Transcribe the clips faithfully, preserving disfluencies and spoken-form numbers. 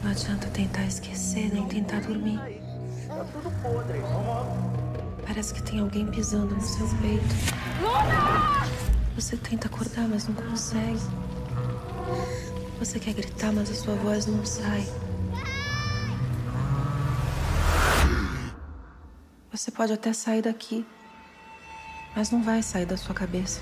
Não adianta tentar esquecer, nem tentar dormir. Tá tudo podre. Parece que tem alguém pisando no seu peito. Luna! Você tenta acordar, mas não consegue. Você quer gritar, mas a sua voz não sai. Você pode até sair daqui, mas não vai sair da sua cabeça.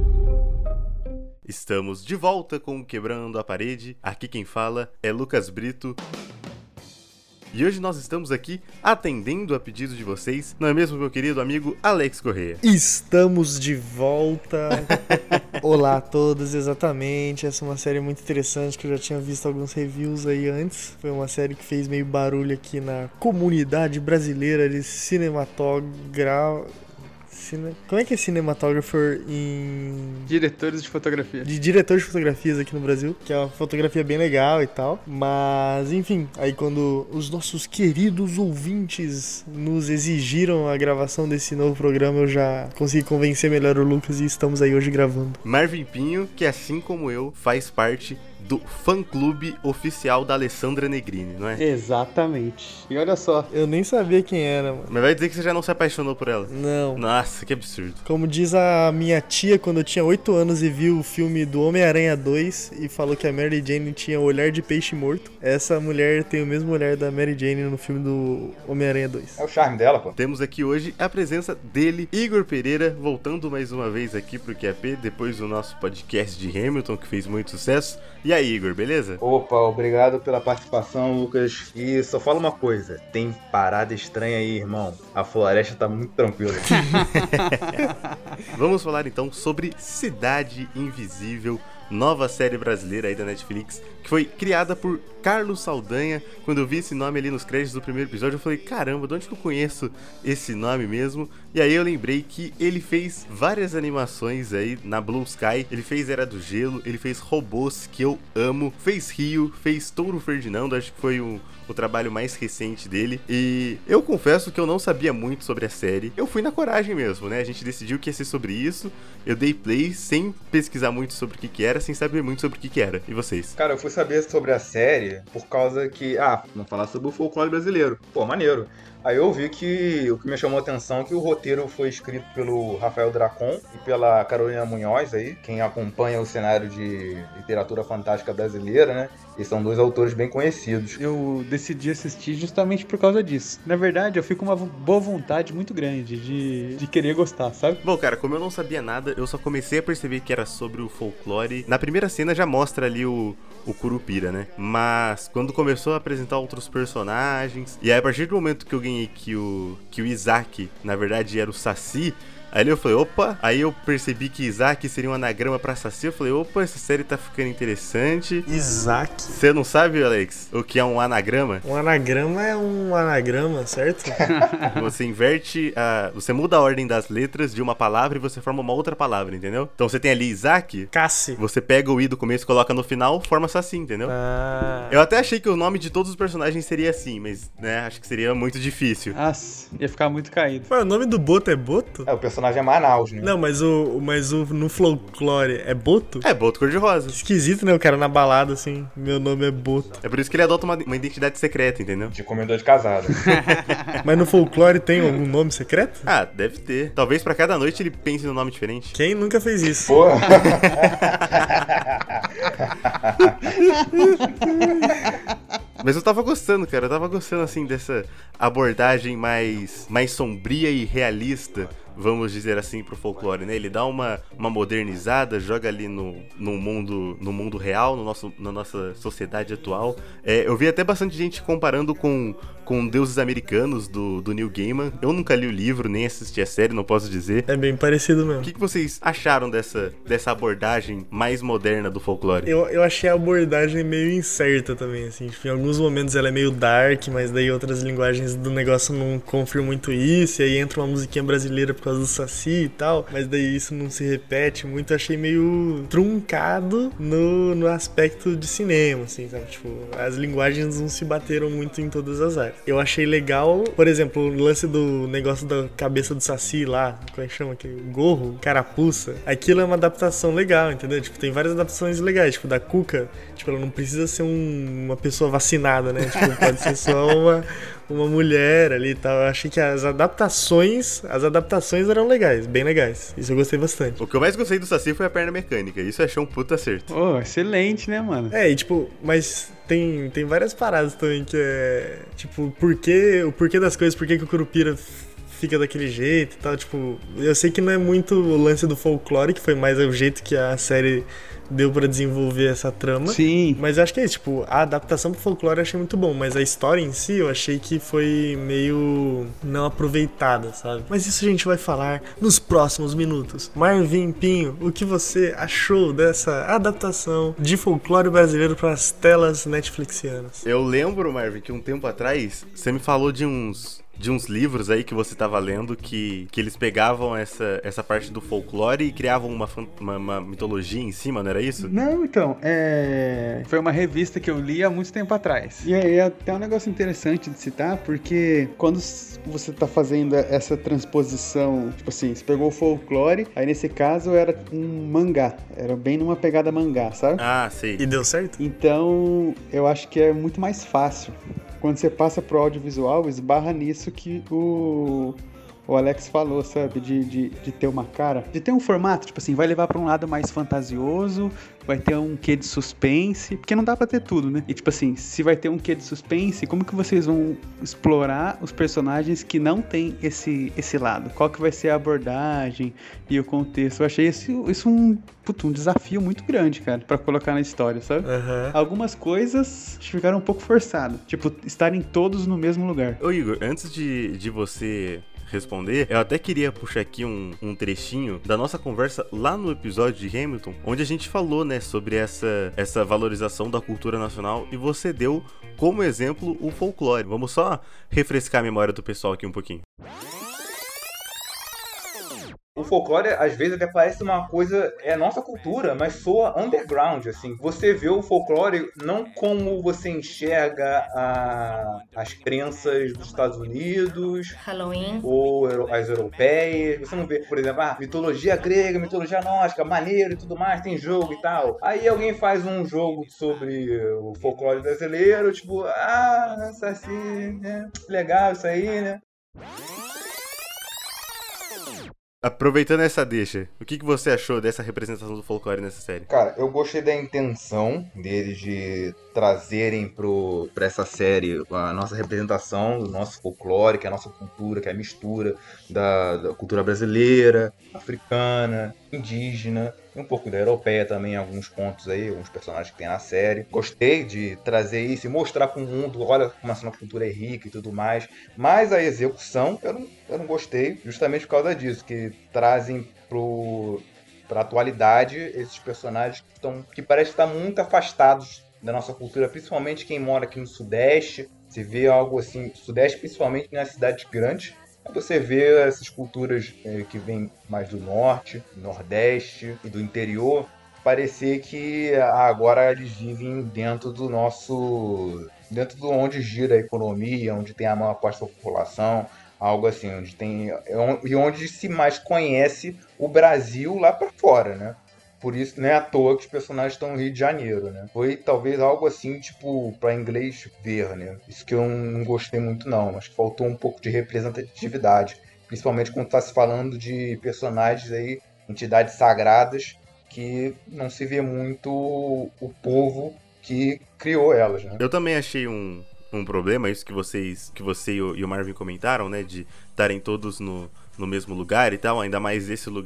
Estamos de volta com Quebrando a Parede. Aqui quem fala é Lucas Brito. E hoje nós estamos aqui atendendo a pedido de vocês, não é mesmo, meu querido amigo Alex Corrêa? Estamos de volta. Olá a todos, exatamente. Essa é uma série muito interessante que eu já tinha visto alguns reviews aí antes. Foi uma série que fez meio barulho aqui na comunidade brasileira de cinematográfico. Cine... Como é que é cinematographer em... Diretores de fotografia. De diretor de fotografias aqui no Brasil, que é uma fotografia bem legal e tal. Mas, enfim, aí quando os nossos queridos ouvintes nos exigiram a gravação desse novo programa, eu já consegui convencer melhor o Lucas e estamos aí hoje gravando. Marvin Pinho, que assim como eu, faz parte do fã-clube oficial da Alessandra Negrini, não é? Exatamente. E olha só. Eu nem sabia quem era, mano. Mas vai dizer que você já não se apaixonou por ela? Não. Nossa, que absurdo. Como diz a minha tia, quando eu tinha oito anos e viu o filme do Homem-Aranha dois e falou que a Mary Jane tinha o olhar de peixe morto, essa mulher tem o mesmo olhar da Mary Jane no filme do Homem-Aranha dois. É o charme dela, pô. Temos aqui hoje a presença dele, Igor Pereira, voltando mais uma vez aqui pro Q A P, depois do nosso podcast de Hamilton, que fez muito sucesso. E aí, Igor, beleza? Opa, obrigado pela participação, Lucas. E só fala uma coisa, tem parada estranha aí, irmão. A floresta tá muito tranquila. Vamos falar então sobre Cidade Invisível, nova série brasileira aí da Netflix, que foi criada por Carlos Saldanha. Quando eu vi esse nome ali nos créditos do primeiro episódio, eu falei, caramba, de onde que eu conheço esse nome mesmo? E aí eu lembrei que ele fez várias animações aí na Blue Sky. Ele fez Era do Gelo, ele fez Robôs, que eu amo, fez Rio, fez Touro Ferdinando, acho que foi um, o trabalho mais recente dele. E eu confesso que eu não sabia muito sobre a série. Eu fui na coragem mesmo, né? A gente decidiu que ia ser sobre isso. Eu dei play sem pesquisar muito sobre o que que era, sem saber muito sobre o que que era. E vocês? Cara, eu fui saber sobre a série por causa que... Ah, vamos falar sobre o folclore brasileiro. Pô, maneiro. Aí eu vi que o que me chamou a atenção é que o roteiro foi escrito pelo Rafael Dracon e pela Carolina Munhoz aí, quem acompanha o cenário de literatura fantástica brasileira, né? E são dois autores bem conhecidos. Eu decidi assistir justamente por causa disso. Na verdade, eu fico com uma boa vontade muito grande de, de querer gostar, sabe? Bom, cara, como eu não sabia nada, eu só comecei a perceber que era sobre o folclore. Na primeira cena já mostra ali o, o Curupira, né? Mas quando começou a apresentar outros personagens, e aí a partir do momento que eu ganhei que o, que o Isaac, na verdade, era o Saci, aí eu falei, opa, aí eu percebi que Isaac seria um anagrama pra Saci, eu falei, opa, essa série tá ficando interessante. Isaac? Você não sabe, Alex, o que é um anagrama? Um anagrama é um anagrama, certo? Você inverte, a, você muda a ordem das letras de uma palavra e você forma uma outra palavra, entendeu? Então você tem ali Isaac, Cassi. Você pega o I do começo e coloca no final, forma Saci, entendeu? Ah. Eu até achei que o nome de todos os personagens seria assim, mas, né, acho que seria muito difícil. Nossa, ia ficar muito caído. Ué, o nome do Boto é Boto? É, o personagem é Manaus, né? Não, mas o, mas o no folclore é Boto? É, Boto Cor-de-Rosa. Esquisito, né? O cara na balada, assim, meu nome é Boto. É por isso que ele adota uma, uma identidade secreta, entendeu? De comedor de casado. Mas no folclore tem algum nome secreto? Ah, deve ter. Talvez pra cada noite ele pense num nome diferente. Quem nunca fez isso? Porra! Mas eu tava gostando, cara. Eu tava gostando, assim, dessa abordagem mais, mais sombria e realista, vamos dizer assim, pro folclore, né? Ele dá uma, uma modernizada, joga ali no, no, mundo, no mundo real, no nosso, na nossa sociedade atual. É, eu vi até bastante gente comparando com, com Deuses Americanos, do, do Neil Gaiman. Eu nunca li o livro, nem assisti a série, não posso dizer. É bem parecido mesmo. O que, que vocês acharam dessa, dessa abordagem mais moderna do folclore? Eu, eu achei a abordagem meio incerta também, assim. Tipo, em alguns momentos ela é meio dark, mas daí outras linguagens do negócio não confirmam muito isso, e aí entra uma musiquinha brasileira por causa do Saci e tal, mas daí isso não se repete muito, eu achei meio truncado no, no aspecto de cinema, assim, sabe? Tipo, as linguagens não se bateram muito em todas as áreas. Eu achei legal, por exemplo, o lance do negócio da cabeça do Saci lá, como é que chama aquele? Gorro, carapuça. Aquilo é uma adaptação legal, entendeu? Tipo, tem várias adaptações legais, tipo, da Cuca, tipo, ela não precisa ser um, uma pessoa vacinada, né? Tipo, pode ser só uma, uma mulher ali e tal. Eu achei que as adaptações, as adaptações eram legais, bem legais. Isso eu gostei bastante. O que eu mais gostei do Saci foi a perna mecânica. Isso eu achei um puta acerto. Oh, excelente, né, mano? É, e tipo, mas tem, tem várias paradas também que é, tipo, por que, o porquê das coisas, por que que o Curupira fica daquele jeito e tal, tipo, eu sei que não é muito o lance do folclore, que foi mais o jeito que a série deu pra desenvolver essa trama. Sim. Mas eu acho que é isso, tipo, a adaptação pro folclore eu achei muito bom, mas a história em si eu achei que foi meio não aproveitada, sabe? Mas isso a gente vai falar nos próximos minutos. Marvin Pinho, o que você achou dessa adaptação de folclore brasileiro para as telas netflixianas? Eu lembro, Marvin, que um tempo atrás você me falou de uns... de uns livros aí que você tava lendo que, que eles pegavam essa, essa parte do folclore e criavam uma, uma, uma mitologia em cima, não era isso? Não, então, é... foi uma revista que eu li há muito tempo atrás. E é, é até um negócio interessante de citar, porque quando você tá fazendo essa transposição, tipo assim, você pegou o folclore, aí nesse caso era um mangá, era bem numa pegada mangá, sabe? Ah, sei. E deu certo? Então, eu acho que é muito mais fácil. Quando você passa pro audiovisual, esbarra nisso que o, o Alex falou, sabe? De, de, de ter uma cara, de ter um formato, tipo assim, vai levar pra um lado mais fantasioso, vai ter um quê de suspense, porque não dá pra ter tudo, né? E tipo assim, se vai ter um quê de suspense, como que vocês vão explorar os personagens que não tem esse, esse lado? Qual que vai ser a abordagem e o contexto? Eu achei isso, isso um, puto, um desafio muito grande, cara, pra colocar na história, sabe? Uhum. Algumas coisas ficaram um pouco forçadas, tipo, estarem todos no mesmo lugar. Ô Igor, antes de, de você responder, eu até queria puxar aqui um, um trechinho da nossa conversa lá no episódio de Hamilton, onde a gente falou, né, sobre essa, essa valorização da cultura nacional e você deu como exemplo o folclore. Vamos só refrescar a memória do pessoal aqui um pouquinho. O folclore, às vezes, até parece uma coisa, é nossa cultura, mas soa underground, assim. Você vê o folclore não como você enxerga a, as crenças dos Estados Unidos, Halloween, ou as europeias. Você não vê, por exemplo, ah, mitologia grega, mitologia nórdica, maneiro e tudo mais, tem jogo e tal. Aí alguém faz um jogo sobre o folclore brasileiro, tipo, ah, isso assim, né? Legal isso aí, né? Aproveitando essa deixa, o que, que você achou dessa representação do folclore nessa série? Cara, eu gostei da intenção deles de trazerem pro, pra essa série a nossa representação do nosso folclore, que é a nossa cultura, que é a mistura da, da cultura brasileira, africana, indígena, e um pouco da europeia também, em alguns pontos aí, alguns personagens que tem na série. Gostei de trazer isso e mostrar para o mundo, olha como a nossa cultura é rica e tudo mais, mas a execução eu não, eu não gostei, justamente por causa disso, que trazem pro... para a atualidade esses personagens que, estão, que parecem estar muito afastados da nossa cultura, principalmente quem mora aqui no Sudeste. Você vê algo assim, Sudeste principalmente nas cidades grandes, você vê essas culturas eh, que vêm mais do Norte, Nordeste e do interior, parecer que ah, agora eles vivem dentro do nosso... dentro de onde gira a economia, onde tem a maior parte da população, algo assim, onde tem... e onde se mais conhece o Brasil lá para fora, né? Por isso, não é à toa que os personagens estão no Rio de Janeiro, né? Foi talvez algo assim, tipo, para inglês ver, né? Isso que eu não gostei muito, não. Acho que faltou um pouco de representatividade. Principalmente quando está se falando de personagens aí, entidades sagradas, que não se vê muito o povo que criou elas, né? Eu também achei um, um problema, isso que vocês, que você e o, e o Marvin comentaram, né? De estarem todos no... no mesmo lugar e tal, ainda mais esse lugar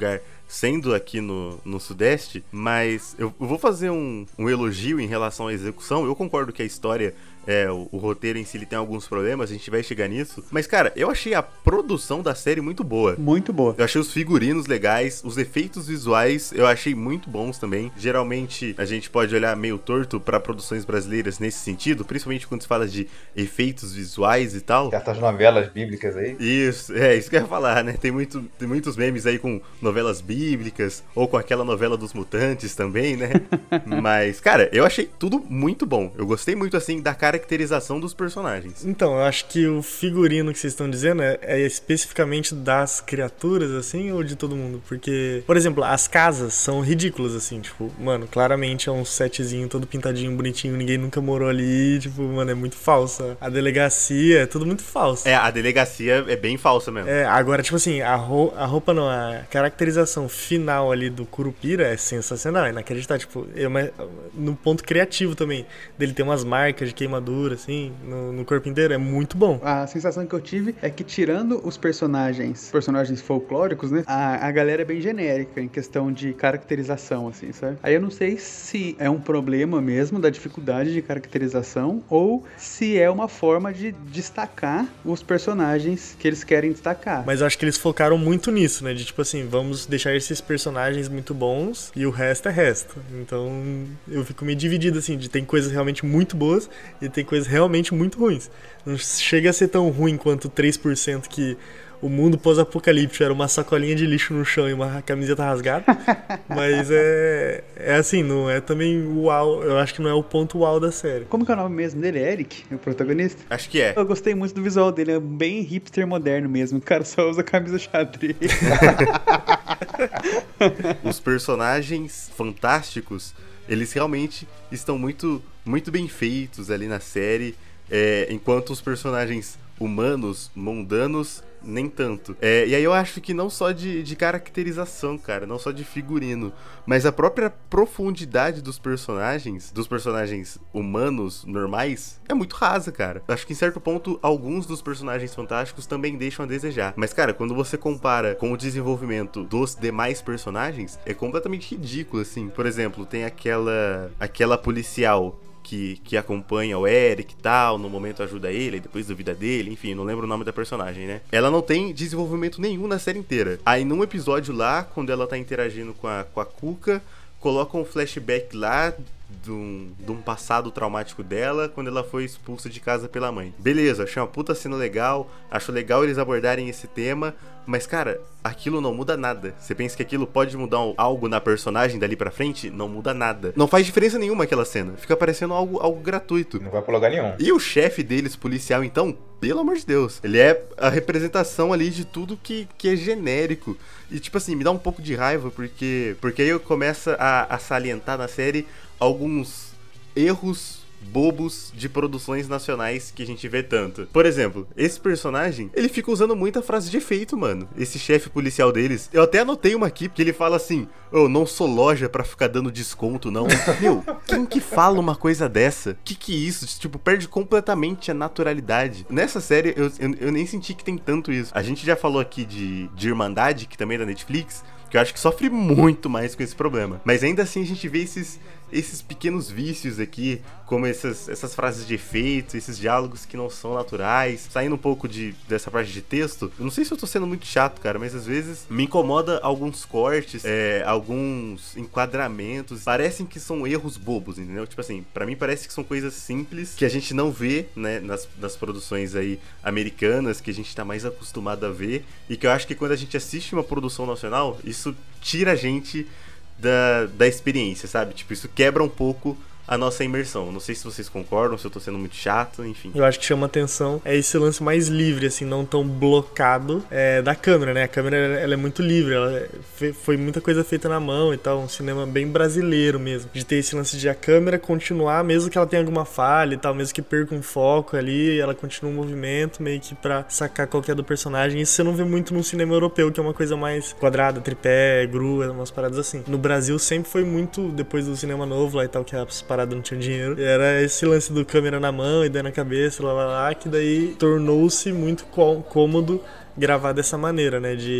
sendo aqui no, no Sudeste, mas eu, eu vou fazer um, um elogio em relação à execução. Eu concordo que a história, é, o, o roteiro em si ele tem alguns problemas, a gente vai chegar nisso, mas cara, eu achei a produção da série muito boa. Muito boa. Eu achei os figurinos legais, os efeitos visuais eu achei muito bons também. Geralmente a gente pode olhar meio torto pra produções brasileiras nesse sentido, principalmente quando se fala de efeitos visuais e tal. Certas novelas bíblicas aí. Isso, é isso que eu ia falar, né? Tem, muito, tem muitos memes aí com novelas bíblicas, ou com aquela novela dos mutantes também, né? Mas, cara, eu achei tudo muito bom. Eu gostei muito, assim, da caracterização dos personagens. Então, eu acho que o figurino que vocês estão dizendo é, é especificamente das criaturas, assim, ou de todo mundo? Porque, por exemplo, as casas são ridículas, assim, tipo, mano, claramente é um setzinho todo pintadinho, bonitinho, ninguém nunca morou ali, tipo, mano, é muito falsa. A delegacia é tudo muito falso. É, a delegacia é bem falsa mesmo. É, agora, tipo assim, a, ro- a roupa não, a caracterização final ali do Curupira é sensacional, é inacreditável, tipo, é uma, no ponto criativo também, dele ter umas marcas de queimadura, assim, no, no corpo inteiro, é muito bom. A sensação que eu tive é que, tirando os personagens, personagens folclóricos, né, a, a galera é bem genérica em questão de caracterização, assim, sabe? Aí eu não sei se é um problema mesmo da dificuldade de caracterização ou se é uma forma de destacar os personagens que eles querem destacar. Mas eu acho que eles focaram muito nisso, né, de tipo assim, vamos deixar esses personagens muito bons e o resto é resto. Então eu fico meio dividido, assim, de tem coisas realmente muito boas e tem coisas realmente muito ruins. Não chega a ser tão ruim quanto três por cento que o mundo pós-apocalíptico era uma sacolinha de lixo no chão e uma camiseta rasgada. Mas é, é assim, não é também uau. Eu acho que não é o ponto uau da série. Como que é o nome mesmo dele? É Eric, o protagonista? Acho que é. Eu gostei muito do visual dele, é bem hipster moderno mesmo. O cara só usa camisa xadrez. Os personagens fantásticos, eles realmente estão muito, muito bem feitos ali na série, é, enquanto os personagens humanos, mundanos, nem tanto. É, e aí eu acho que não só de, de caracterização, cara, não só de figurino, mas a própria profundidade dos personagens, dos personagens humanos, normais, é muito rasa, cara. Eu acho que em certo ponto, alguns dos personagens fantásticos também deixam a desejar. Mas, cara, quando você compara com o desenvolvimento dos demais personagens, é completamente ridículo, assim. Por exemplo, tem aquela, aquela policial Que, que acompanha o Eric e tal, no momento ajuda ele, depois duvida dele, enfim, não lembro o nome da personagem, né? Ela não tem desenvolvimento nenhum na série inteira. Aí num episódio lá, quando ela tá interagindo com a, com a Cuca, coloca um flashback lá de um, de um passado traumático dela, quando ela foi expulsa de casa pela mãe. Beleza, achei uma puta cena legal, acho legal eles abordarem esse tema, mas cara, aquilo não muda nada. Você pensa que aquilo pode mudar algo na personagem dali pra frente? Não muda nada. Não faz diferença nenhuma aquela cena, fica parecendo algo, algo gratuito. Não vai pra lugar nenhum. E o chefe deles, policial, então, pelo amor de Deus, ele é a representação ali de tudo que, que é genérico. E tipo assim, me dá um pouco de raiva, porque, porque aí eu começo a, a salientar na série alguns erros bobos de produções nacionais que a gente vê tanto. Por exemplo, esse personagem, ele fica usando muita frase de efeito, mano. Esse chefe policial deles. Eu até anotei uma aqui, porque ele fala assim: eu não sou loja pra ficar dando desconto, não. Meu, quem que fala uma coisa dessa? Que que é isso? Tipo, perde completamente a naturalidade. Nessa série, eu, eu, eu nem senti que tem tanto isso. A gente já falou aqui de, de Irmandade, que também é da Netflix, que eu acho que sofre muito mais com esse problema. Mas ainda assim a gente vê esses, esses pequenos vícios aqui, como essas, essas frases de efeito, esses diálogos que não são naturais, saindo um pouco de, dessa parte de texto. Eu não sei se eu tô sendo muito chato, cara, mas às vezes me incomoda alguns cortes, é, alguns enquadramentos, parecem que são erros bobos, entendeu? Tipo assim, pra mim parece que são coisas simples, que a gente não vê, né, nas, nas produções aí americanas, que a gente tá mais acostumado a ver, e que eu acho que quando a gente assiste uma produção nacional, isso tira a gente da, da experiência, sabe? Tipo, isso quebra um pouco a nossa imersão. Não sei se vocês concordam, se eu tô sendo muito chato, enfim. Eu acho que chama atenção é esse lance mais livre, assim, não tão blocado é, da câmera, né? A câmera, ela é muito livre, ela fe- foi muita coisa feita na mão e tal, um cinema bem brasileiro mesmo, de ter esse lance de a câmera continuar, mesmo que ela tenha alguma falha e tal, mesmo que perca um foco ali, ela continua um movimento meio que pra sacar qual que é do personagem. Isso você não vê muito no cinema europeu, que é uma coisa mais quadrada, tripé, grua, umas paradas assim. No Brasil sempre foi muito, depois do cinema novo lá e tal, que as paradas não tinha dinheiro, era esse lance do câmera na mão e daí na cabeça, lá, lá, lá, que daí tornou-se muito cômodo gravar dessa maneira, né, de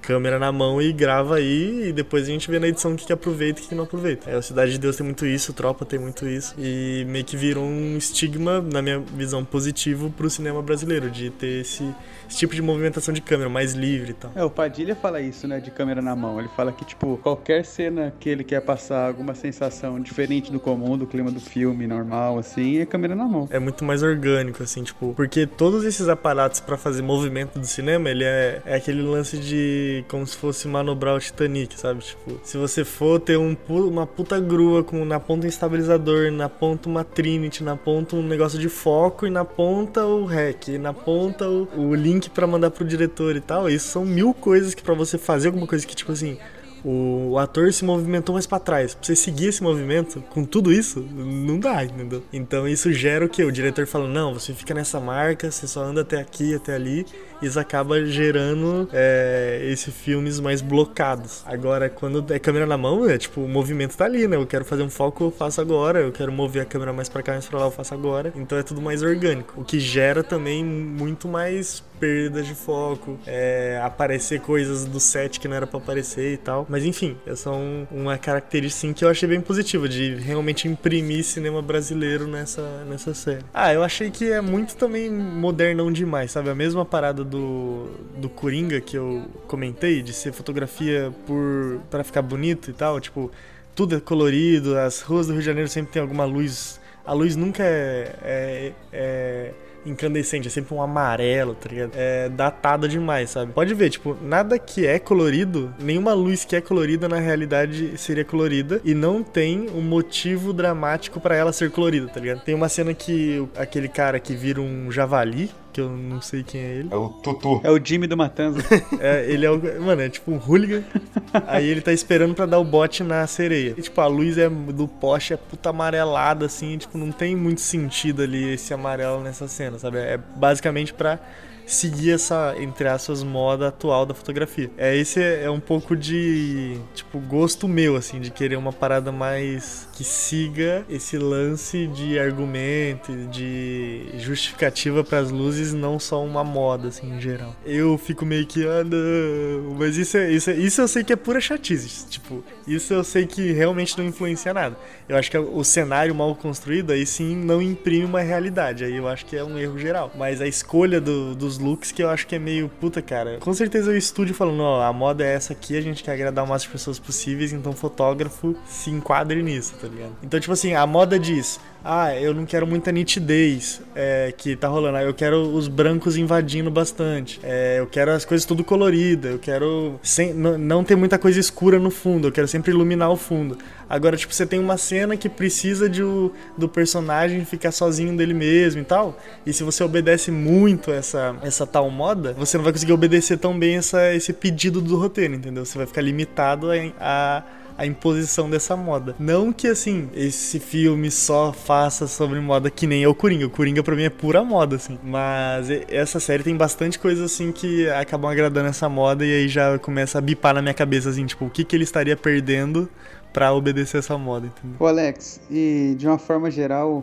câmera na mão e grava aí, e depois a gente vê na edição o que, que aproveita e o que não aproveita. É, o Cidade de Deus tem muito isso, Tropa tem muito isso, e meio que virou um estigma, na minha visão, positivo pro cinema brasileiro, de ter esse, esse tipo de movimentação de câmera, mais livre e tal. É, o Padilha fala isso, né, de câmera na mão. Ele fala que, tipo, qualquer cena que ele quer passar alguma sensação diferente do comum, do clima do filme normal, assim, é câmera na mão. É muito mais orgânico, assim, tipo, porque todos esses aparatos pra fazer movimento do cinema, ele é, é aquele lance de como se fosse manobrar o Titanic, sabe? Tipo, se você for ter um, uma puta grua com na ponta um estabilizador, na ponta uma Trinity, na ponta um negócio de foco e na ponta o rec, e na ponta o, o link pra mandar pro diretor e tal, isso são mil coisas que pra você fazer alguma coisa que, tipo assim, o, o ator se movimentou mais pra trás. Pra você seguir esse movimento, com tudo isso, não dá, entendeu? Então isso gera o quê? O diretor fala, não, você fica nessa marca, você só anda até aqui, até ali. Isso acaba gerando é, esses filmes mais blocados. Agora, quando é câmera na mão, é tipo, o movimento tá ali, né? Eu quero fazer um foco, eu faço agora. Eu quero mover a câmera mais pra cá, mais pra lá, eu faço agora. Então é tudo mais orgânico. O que gera também muito mais perdas de foco, é, aparecer coisas do set que não era pra aparecer e tal. Mas enfim, essa é um, uma característica sim, que eu achei bem positiva, de realmente imprimir cinema brasileiro nessa, nessa série. Ah, eu achei que é muito também modernão demais, sabe? A mesma parada do, do Coringa que eu comentei, de ser fotografia por, pra ficar bonito e tal, tipo, tudo é colorido, as ruas do Rio de Janeiro sempre tem alguma luz, a luz nunca é, é, é incandescente, é sempre um amarelo, tá ligado? É datada demais, sabe? Pode ver, tipo, nada que é colorido, nenhuma luz que é colorida na realidade seria colorida e não tem um motivo dramático pra ela ser colorida, tá ligado? Tem uma cena que aquele cara que vira um javali, que eu não sei quem é ele. É o Tutu. É o Jimmy do Matanza. É, ele é o... Mano, é tipo um hooligan. Aí ele tá esperando pra dar o bote na sereia. E tipo, a luz é do poste é puta amarelada, assim. E, tipo, não tem muito sentido ali esse amarelo nessa cena, sabe? É basicamente pra seguir essa, entre aspas, moda atual da fotografia. É, esse é um pouco de, tipo, gosto meu, assim, de querer uma parada mais que siga esse lance de argumento, de justificativa pras luzes, não só uma moda, assim, em geral. Eu fico meio que, ah, não, mas isso, é, isso, é, isso eu sei que é pura chatice, tipo, isso eu sei que realmente não influencia nada. Eu acho que o cenário mal construído, aí sim, não imprime uma realidade, aí eu acho que é um erro geral. Mas a escolha do, dos looks que eu acho que é meio, puta, cara, com certeza o estúdio falando, ó, a moda é essa aqui, a gente quer agradar o máximo de pessoas possíveis, então o fotógrafo se enquadre nisso, tá ligado? Então, tipo assim, a moda diz, ah, eu não quero muita nitidez é, que tá rolando, eu quero os brancos invadindo bastante, é, eu quero as coisas tudo coloridas, eu quero sem, n- não ter muita coisa escura no fundo, eu quero sempre iluminar o fundo. Agora, tipo, você tem uma cena que precisa de o, do personagem ficar sozinho dele mesmo e tal, e se você obedece muito essa, essa tal moda, você não vai conseguir obedecer tão bem essa, esse pedido do roteiro, entendeu? Você vai ficar limitado a, a a imposição dessa moda. Não que, assim, esse filme só faça sobre moda que nem é o Coringa. O Coringa, pra mim, é pura moda, assim. Mas essa série tem bastante coisa, assim, que acabam agradando essa moda e aí já começa a bipar na minha cabeça, assim, tipo, o que que ele estaria perdendo pra obedecer essa moda, entendeu? Ô, Alex, e de uma forma geral,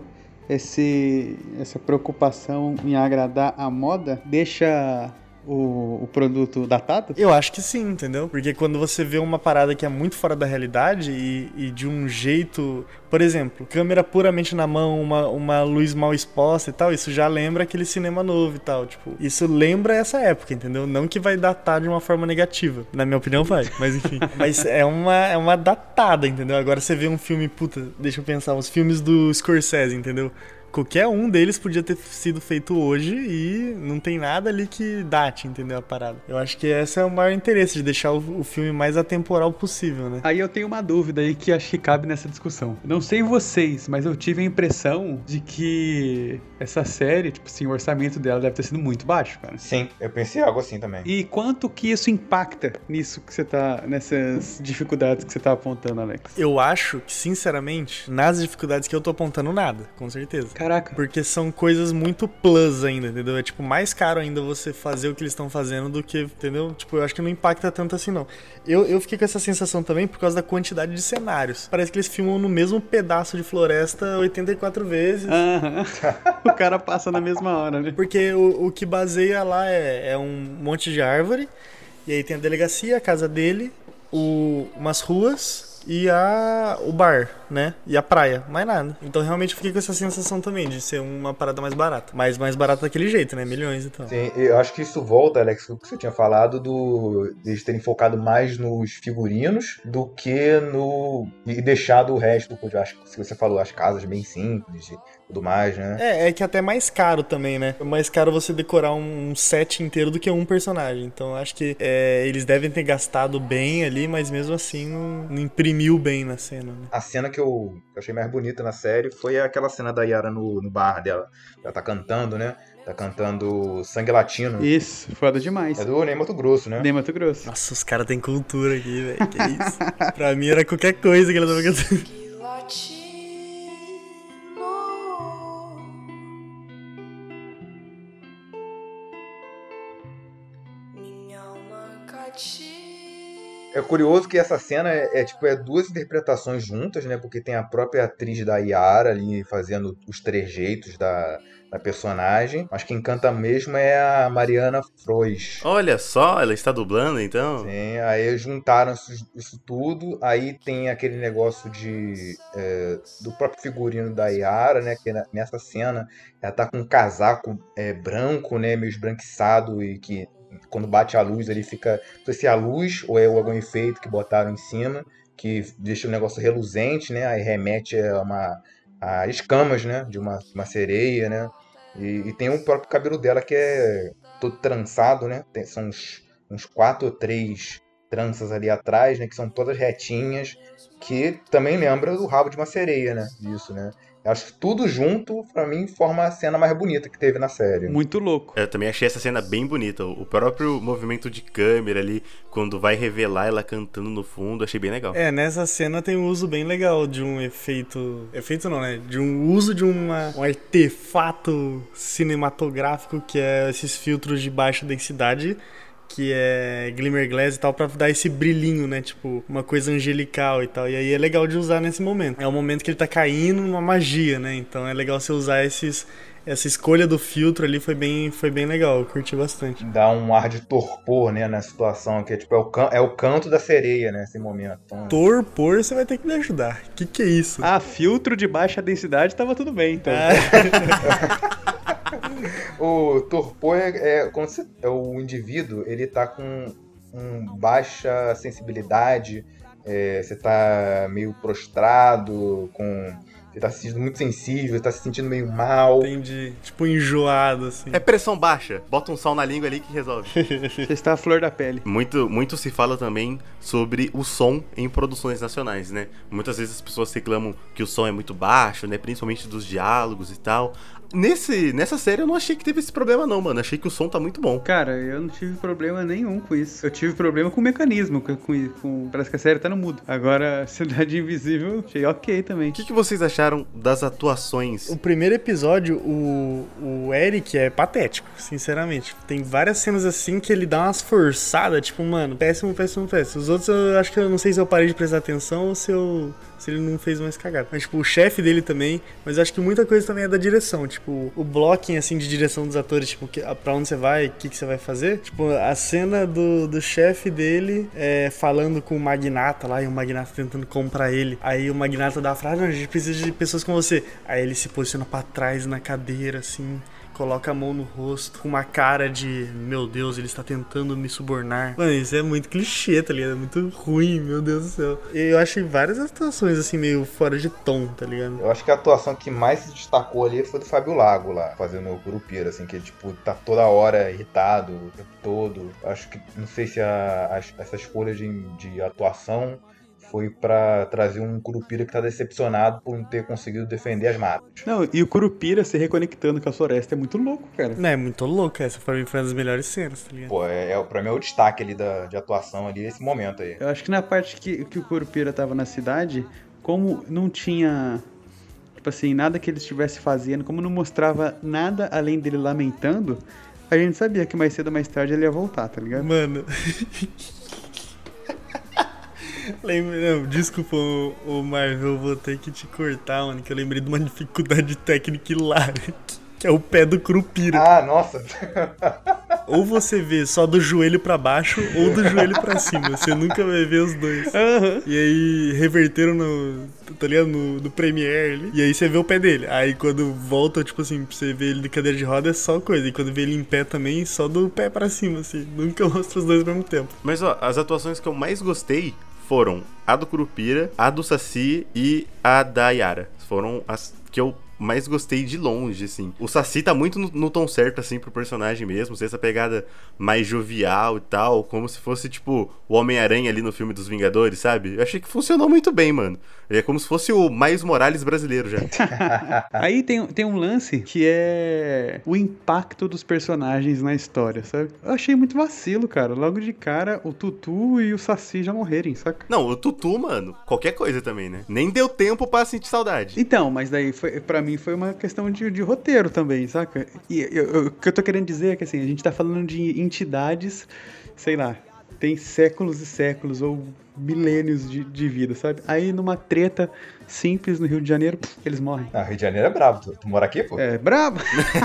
esse, essa preocupação em agradar a moda deixa O, o produto datado? Eu acho que sim, entendeu? Porque quando você vê uma parada que é muito fora da realidade e, e de um jeito... Por exemplo, câmera puramente na mão, uma, uma luz mal exposta e tal, isso já lembra aquele cinema novo e tal, tipo... Isso lembra essa época, entendeu? Não que vai datar de uma forma negativa. Na minha opinião vai, mas enfim. Mas é uma, é uma datada, entendeu? Agora você vê um filme, puta, deixa eu pensar, os filmes do Scorsese, entendeu? Qualquer um deles podia ter sido feito hoje e não tem nada ali que date, entendeu, a parada. Eu acho que esse é o maior interesse, de deixar o, o filme mais atemporal possível, né? Aí eu tenho uma dúvida aí que acho que cabe nessa discussão. Não sei vocês, mas eu tive a impressão de que essa série, tipo assim, o orçamento dela deve ter sido muito baixo, cara. Sim, eu pensei algo assim também. E quanto que isso impacta nisso que você tá, nessas dificuldades que você tá apontando, Alex? Eu acho que, sinceramente, nas dificuldades que eu tô apontando, nada, com certeza. Caraca. Porque são coisas muito plus ainda, entendeu? É tipo mais caro ainda você fazer o que eles estão fazendo do que, entendeu? Tipo, eu acho que não impacta tanto assim, não. Eu, eu fiquei com essa sensação também por causa da quantidade de cenários. Parece que eles filmam no mesmo pedaço de floresta oitenta e quatro vezes. Aham. O cara passa na mesma hora, né? Porque o, o que baseia lá é, é um monte de árvore E aí tem a delegacia, a casa dele, o, umas ruas e a, o bar, né? E a praia, mais nada. Então realmente eu fiquei com essa sensação também de ser uma parada mais barata. Mas mais barata daquele jeito, né? Milhões e tal. Sim, eu acho que isso volta, Alex, o que você tinha falado do de eles terem focado mais nos figurinos do que no... e deixado o resto, eu acho que você falou, as casas bem simples e tudo mais, né? É, é que até é mais caro também, né? É mais caro você decorar um set inteiro do que um personagem. Então eu acho que é, eles devem ter gastado bem ali, mas mesmo assim não, não imprimiu bem na cena, né? A cena que eu, que eu achei mais bonita na série foi aquela cena da Yara no, no bar dela. Ela tá cantando, né? Tá cantando Sangue Latino. Isso, foda demais. É do Ney Matogrosso, né? Ney Matogrosso. Nossa, os caras têm cultura aqui, velho. Que isso? Pra mim era qualquer coisa que ela tava cantando. É curioso que essa cena é, é, tipo, é duas interpretações juntas, né? Porque tem a própria atriz da Yara ali fazendo os trejeitos da, da personagem. Mas quem canta mesmo é a Mariana Frois. Olha só, ela está dublando então? Sim, aí juntaram isso, isso tudo. Aí tem aquele negócio de é, do próprio figurino da Yara, né? Que nessa cena ela tá com um casaco é, branco, né? Meio esbranquiçado e que... quando bate a luz, ele fica... Não sei se é a luz ou é algum efeito que botaram em cima, que deixa o negócio reluzente, né? Aí remete a, uma, a escamas, né? De uma, uma sereia, né? E, e tem o próprio cabelo dela que é todo trançado, né? Tem, são uns, uns quatro ou três tranças ali atrás, né? Que são todas retinhas, que também lembra do rabo de uma sereia, né? Isso, né? Eu acho que tudo junto, pra mim, forma a cena mais bonita que teve na série. Muito louco. Eu também achei essa cena bem bonita. O próprio movimento de câmera ali, quando vai revelar ela cantando no fundo, achei bem legal. É, nessa cena tem um uso bem legal de um efeito... Efeito não, né? De um uso de uma, um artefato cinematográfico que é esses filtros de baixa densidade, que é Glimmer Glass e tal, pra dar esse brilhinho, né? Tipo, uma coisa angelical e tal. E aí é legal de usar nesse momento. É o momento que ele tá caindo numa magia, né? Então é legal você usar esses... Essa escolha do filtro ali foi bem, foi bem legal, eu curti bastante. Dá um ar de torpor, né, na situação, que é tipo, é o, can- é o canto da sereia, né, nesse momento. Então... Torpor, você vai ter que me ajudar. Que que é isso? Ah, filtro de baixa densidade tava tudo bem, então. O torpor é, é, quando você, é o indivíduo, ele tá com um baixa sensibilidade, é, você tá meio prostrado, com... Você tá se sentindo muito sensível, tá se sentindo meio mal. Entendi. Tipo, enjoado, assim. É pressão baixa. Bota um sal na língua ali que resolve. Você está a flor da pele. Muito, muito se fala também sobre o som em produções nacionais, né? Muitas vezes as pessoas reclamam que o som é muito baixo, né? Principalmente dos diálogos e tal. Nesse, nessa série eu não achei que teve esse problema não, mano. Achei que o som tá muito bom. Cara, eu não tive problema nenhum com isso. Eu tive problema com o mecanismo, com, com, com... parece que a série tá no mudo. Agora, Cidade Invisível, achei ok também. O que, que vocês acharam das atuações? O primeiro episódio, o, o Eric é patético, sinceramente. Tem várias cenas assim que ele dá umas forçadas, tipo, mano, péssimo, péssimo, péssimo. Os outros eu acho que eu não sei se eu parei de prestar atenção ou se eu... se ele não fez mais cagada. Mas, tipo, o chefe dele também. Mas eu acho que muita coisa também é da direção. Tipo, o blocking, assim, de direção dos atores. Tipo, que, pra onde você vai, o que, que você vai fazer. Tipo, a cena do, do chefe dele é, falando com o magnata lá. E o magnata tentando comprar ele. Aí o magnata dá a frase, não, a gente precisa de pessoas como você. Aí ele se posiciona pra trás na cadeira, assim... Coloca a mão no rosto com uma cara de... Meu Deus, ele está tentando me subornar. Mano, isso é muito clichê, tá ligado? É muito ruim, meu Deus do céu. E eu achei várias atuações, assim, meio fora de tom, tá ligado? Eu acho que a atuação que mais se destacou ali foi do Fábio Lago lá, fazendo o Curupira, assim, que ele, tipo, tá toda hora irritado, o tempo todo. Eu acho que, não sei se a, a, essa escolha de, de atuação... foi pra trazer um Curupira que tá decepcionado por não ter conseguido defender as matas. Não, e o Curupira se reconectando com a floresta é muito louco, cara. Não, é muito louco, essa pra mim foi uma das melhores cenas, tá ligado? Pô, é, é, pra mim é o destaque ali da, de atuação ali, esse momento aí. Eu acho que na parte que, que o Curupira tava na cidade, como não tinha, tipo assim, nada que ele estivesse fazendo, como não mostrava nada além dele lamentando, a gente sabia que mais cedo ou mais tarde ele ia voltar, tá ligado? Mano... Lembra, não, desculpa, o Marvel, eu vou ter que te cortar, mano, que eu lembrei de uma dificuldade técnica hilária, que é o pé do Curupira. Ah, nossa! ou você vê só do joelho pra baixo ou do joelho pra cima. Você nunca vai ver os dois. Uhum. E aí reverteram no, tá ligado? No, no Premiere ali. E aí você vê o pé dele. Aí quando volta, tipo assim, pra você ver ele de cadeira de roda é só coisa. E quando vê ele em pé também, só do pé pra cima, assim. Nunca mostra os dois ao mesmo tempo. Mas ó, as atuações que eu mais gostei foram a do Curupira, a do Saci e a da Yara. Foram as que eu mais gostei de longe, assim. O Saci tá muito no, no tom certo, assim, pro personagem mesmo. Essa pegada mais jovial e tal, como se fosse, tipo, o Homem-Aranha ali no filme dos Vingadores, sabe? Eu achei que funcionou muito bem, mano. É como se fosse o Miles Morales brasileiro já. Aí tem, tem um lance que é o impacto dos personagens na história, sabe? Eu achei muito vacilo, cara. Logo de cara, o Tutu e o Saci já morrerem, saca? Não, o Tutu, mano, qualquer coisa também, né? Nem deu tempo pra sentir saudade. Então, mas daí, foi, pra mim, foi uma questão de, de roteiro também, saca? E eu, eu, o que eu tô querendo dizer é que, assim, a gente tá falando de entidades, sei lá, tem séculos e séculos, ou milênios de, de vida, sabe? Aí, numa treta simples no Rio de Janeiro, pff, eles morrem. Ah, Rio de Janeiro é brabo. Tu, tu mora aqui, pô? É, brabo!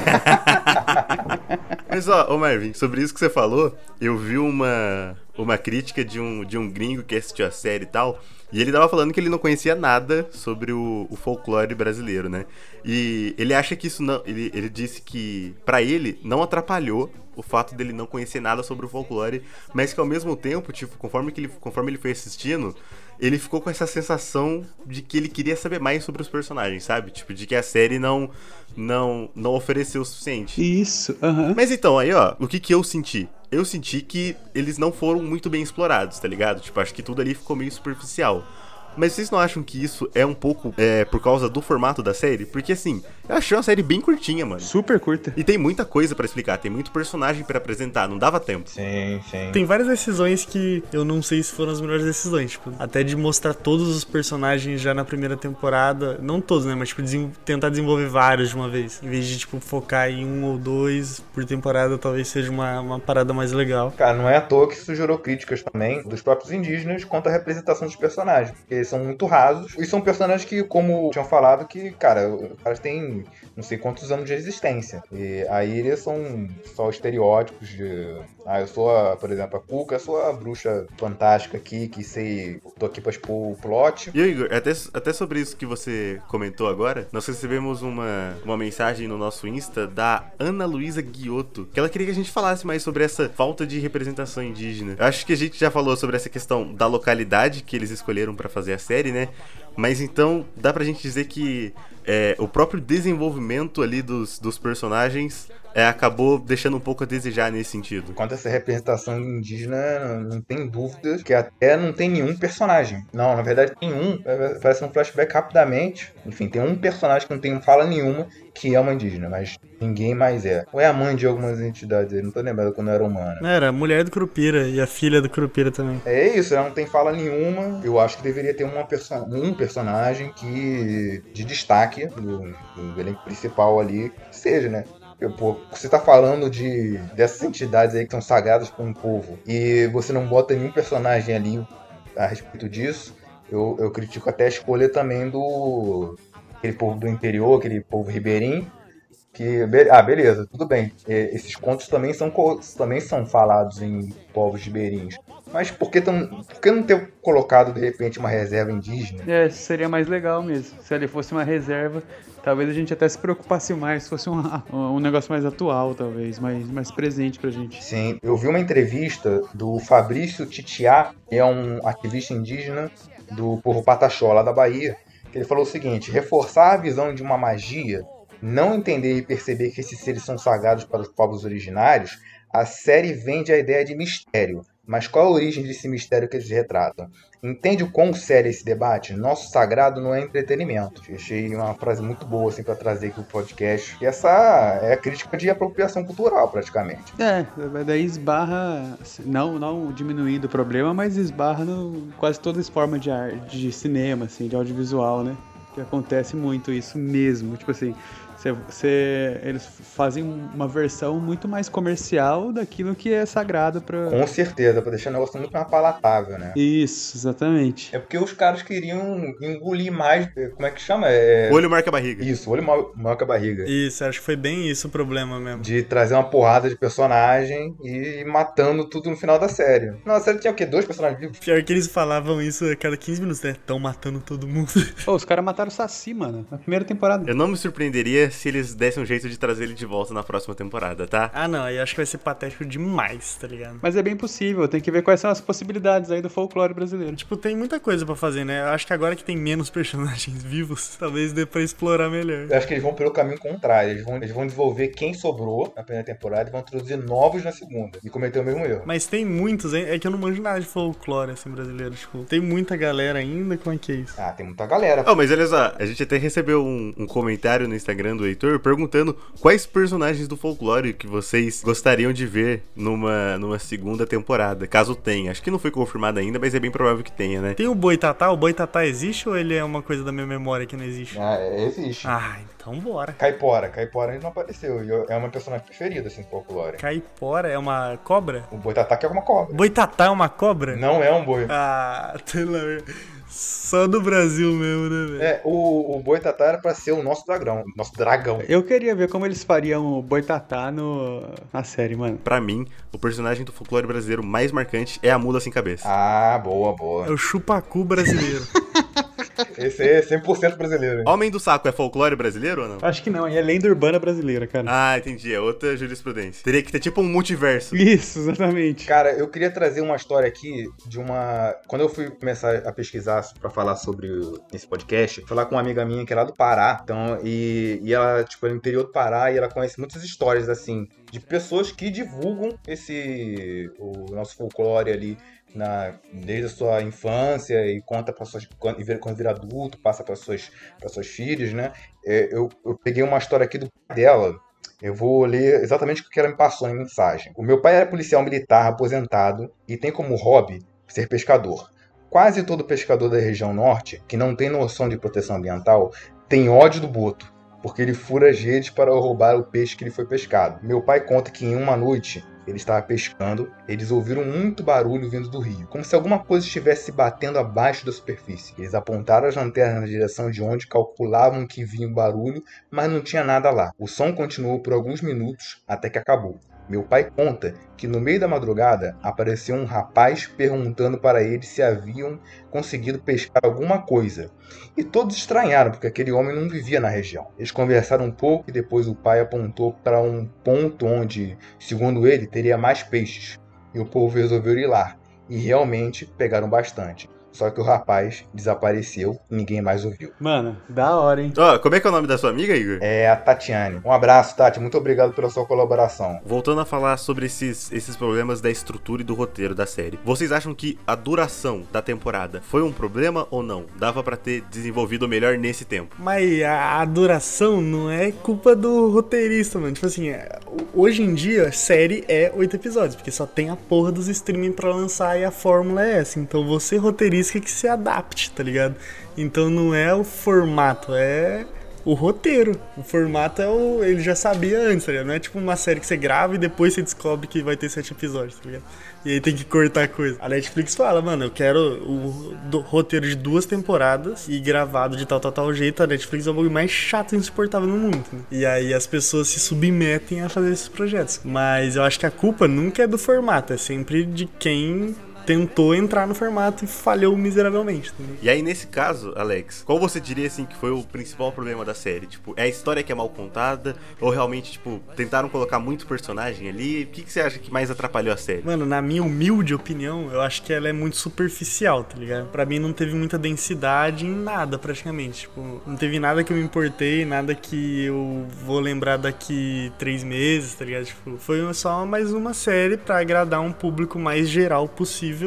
Mas ó, ô Marvin, sobre isso que você falou, eu vi uma, uma crítica de um, de um gringo que assistiu a série e tal, e ele tava falando que ele não conhecia nada sobre o, o folclore brasileiro, né? E ele acha que isso não... Ele, ele disse que, pra ele, não atrapalhou o fato dele não conhecer nada sobre o folclore, mas que ao mesmo tempo, tipo, conforme, que ele, conforme ele foi assistindo, ele ficou com essa sensação de que ele queria saber mais sobre os personagens, sabe? Tipo, de que a série não, não, não ofereceu o suficiente. Isso, aham. Mas então, aí ó, o que que eu senti? Eu senti que eles não foram muito bem explorados, tá ligado? Tipo, acho que tudo ali ficou meio superficial. Mas vocês não acham que isso é um pouco é, por causa do formato da série? Porque assim, eu achei uma série bem curtinha, mano. Super curta. E tem muita coisa pra explicar, tem muito personagem pra apresentar, não dava tempo. Sim, sim. Tem várias decisões que eu não sei se foram as melhores decisões, tipo, até de mostrar todos os personagens já na primeira temporada, não todos, né, mas tipo, desen- tentar desenvolver vários de uma vez, em vez de, tipo, focar em um ou dois por temporada, talvez seja uma, uma parada mais legal. Cara, não é à toa que isso gerou críticas também dos próprios indígenas quanto à representação dos personagens, porque eles são muito rasos, e são personagens que, como tinham falado, que, cara, os caras têm não sei quantos anos de existência, e aí eles são só estereótipos de... Ah, eu sou, a, por exemplo, a Cuca, eu sou a bruxa fantástica aqui, que sei, tô aqui pra expor o plot. E Igor, até, até sobre isso que você comentou agora, nós recebemos uma, uma mensagem no nosso Insta da Ana Luísa Guiotto, que ela queria que a gente falasse mais sobre essa falta de representação indígena. Eu acho que a gente já falou sobre essa questão da localidade que eles escolheram pra fazer a série, né? Mas então, dá pra gente dizer que é, o próprio desenvolvimento ali dos, dos personagens é, acabou deixando um pouco a desejar nesse sentido. Quanto a essa representação indígena, não, não tem dúvida que até não tem nenhum personagem. Não, na verdade tem um, parece um flashback rapidamente. Enfim, tem um personagem que não tem fala nenhuma que é uma indígena, mas ninguém mais é. Ou é a mãe de algumas entidades, eu não tô lembrado quando era humana. Era a mulher do Curupira e a filha do Curupira também. É isso, ela não tem fala nenhuma. Eu acho que deveria ter uma perso- um personagem que de destaque do, do elenco principal ali, que seja, né? Eu, pô, você tá falando de dessas entidades aí que são sagradas para um povo e você não bota nenhum personagem ali a respeito disso, eu, eu critico até a escolha também do aquele povo do interior, aquele povo ribeirinho, que, ah, beleza, tudo bem, é, esses contos também são, também são falados em povos ribeirinhos, mas por que, tão, por que não ter colocado de repente uma reserva indígena? É, seria mais legal mesmo. Se ele fosse uma reserva, talvez a gente até se preocupasse mais, se fosse um, um negócio mais atual, talvez, mais, mais presente pra gente. Sim, eu vi uma entrevista do Fabrício Titiá, que é um ativista indígena do povo Pataxó, lá da Bahia, que ele falou o seguinte: reforçar a visão de uma magia, não entender e perceber que esses seres são sagrados para os povos originários, a série vende a ideia de mistério. Mas qual a origem desse mistério que eles retratam? Entende o quão sério é esse debate? Nosso sagrado não é entretenimento. Achei uma frase muito boa assim, para trazer aqui o podcast. E essa é a crítica de apropriação cultural, praticamente. É, daí esbarra, não, não diminuindo o problema, mas esbarra no quase todas as formas de arte, de cinema, assim, de audiovisual, né? Que acontece muito isso mesmo. Tipo assim, Você, você, eles fazem uma versão muito mais comercial daquilo que é sagrado pra... Com certeza, pra deixar o negócio muito mais palatável, né? Isso, exatamente. É porque os caras queriam engolir mais, como é que chama? É... Olho marca a barriga. Isso, olho mal- marca a barriga. Isso, acho que foi bem isso o problema mesmo. De trazer uma porrada de personagem e ir matando tudo no final da série. Não, a série tinha o quê? Dois personagens vivos? Pior que eles falavam isso a cada quinze minutos, né? Tão matando todo mundo. Pô, os caras mataram o Saci, mano, na primeira temporada. Eu não me surpreenderia se eles dessem um jeito de trazer ele de volta na próxima temporada, tá? Ah, não, aí acho que vai ser patético demais, tá ligado? Mas é bem possível, tem que ver quais são as possibilidades aí do folclore brasileiro. Tipo, tem muita coisa pra fazer, né? Eu acho que agora que tem menos personagens vivos, talvez dê pra explorar melhor. Eu acho que eles vão pelo caminho contrário. Eles vão, eles vão desenvolver quem sobrou na primeira temporada e vão introduzir novos na segunda. E cometer o mesmo erro. Mas tem muitos, hein? É que eu não manjo nada de folclore, assim, brasileiro. Tipo, tem muita galera ainda, como é que é isso? Ah, tem muita galera. Oh, mas olha só, a gente até recebeu um, um comentário no Instagram do Heitor perguntando quais personagens do folclore que vocês gostariam de ver numa, numa segunda temporada, caso tenha. Acho que não foi confirmado ainda, mas é bem provável que tenha, né? Tem o Boitatá? O Boitatá existe ou ele é uma coisa da minha memória que não existe? Ah, existe. Ah, então bora. Caipora. Caipora ainda não apareceu. E eu- é uma personagem preferida, assim, do folclore. Caipora é uma cobra? O Boitatá que é uma cobra. Boitatá é uma cobra? Não é um boi. Ah, pelo amor. Só do Brasil mesmo, né, velho? É, o, o Boitatá era pra ser o nosso dragão. Nosso dragão. Eu queria ver como eles fariam o Boitatá no, na série, mano. Pra mim, o personagem do folclore brasileiro mais marcante é a mula sem cabeça. Ah, boa, É boa. o chupacu brasileiro. Esse aí é cem por cento brasileiro, hein? Homem do Saco é folclore brasileiro ou não? Acho que não, é lenda urbana brasileira, cara. Ah, entendi. É outra jurisprudência. Teria que ter tipo um multiverso. Isso, exatamente. Cara, eu queria trazer uma história aqui de uma... Quando eu fui começar a pesquisar pra falar sobre o- esse podcast, falar com uma amiga minha que é lá do Pará. Então, e, e ela, tipo, é no interior do Pará e ela conhece muitas histórias, assim, de pessoas que divulgam esse... o nosso folclore ali. Na, desde a sua infância e conta para suas quando, e vira- quando vira adulto, passa para suas para suas filhas, né? É, eu, eu peguei uma história aqui do pai dela. Eu vou ler exatamente o que ela me passou em mensagem. O meu pai era policial militar aposentado e tem como hobby ser pescador. Quase todo pescador da região norte, que não tem noção de proteção ambiental, tem ódio do boto, porque ele fura as redes para roubar o peixe que lhe foi pescado. Meu pai conta que em uma noite ele estava pescando, eles ouviram muito barulho vindo do rio, como se alguma coisa estivesse se batendo abaixo da superfície. Eles apontaram as lanternas na direção de onde calculavam que vinha o barulho, mas não tinha nada lá. O som continuou por alguns minutos até que acabou. Meu pai conta que no meio da madrugada apareceu um rapaz perguntando para eles se haviam conseguido pescar alguma coisa. E todos estranharam, porque aquele homem não vivia na região. Eles conversaram um pouco e depois o pai apontou para um ponto onde, segundo ele, teria mais peixes. E o povo resolveu ir lá. E realmente pegaram bastante. Só que o rapaz desapareceu e ninguém mais ouviu. Mano, da hora, hein? Ó, como é que é o nome da sua amiga, Igor? É a Tatiane. Um abraço, Tati. Muito obrigado pela sua colaboração. Voltando a falar sobre esses, esses problemas da estrutura e do roteiro da série. Vocês acham que a duração da temporada foi um problema ou não? Dava pra ter desenvolvido melhor nesse tempo? Mas a, a duração não é culpa do roteirista, mano. Tipo assim, é, hoje em dia, série é oito episódios, porque só tem a porra dos streaming pra lançar e a fórmula é essa. Então você, roteirista, que se adapte, tá ligado? Então não é o formato, é o roteiro. O formato é o... ele já sabia antes, tá ligado? Não é tipo uma série que você grava e depois você descobre que vai ter sete episódios, tá ligado? E aí tem que cortar coisa. A Netflix fala, mano, eu quero o do- roteiro de duas temporadas e gravado de tal, tal, tal jeito. A Netflix é o bagulho mais chato e insuportável no mundo, né? E aí as pessoas se submetem a fazer esses projetos. Mas eu acho que a culpa nunca é do formato, é sempre de quem tentou entrar no formato e falhou miseravelmente, entendeu? E aí, nesse caso, Alex, qual você diria, assim, que foi o principal problema da série? Tipo, é a história que é mal contada? Ou realmente, tipo, tentaram colocar muito personagem ali? O que, que você acha que mais atrapalhou a série? Mano, na minha humilde opinião, eu acho que ela é muito superficial, tá ligado? Pra mim não teve muita densidade em nada, praticamente. Tipo, não teve nada que eu me importei, nada que eu vou lembrar daqui três meses, tá ligado? Tipo, foi só mais uma série pra agradar um público mais geral possível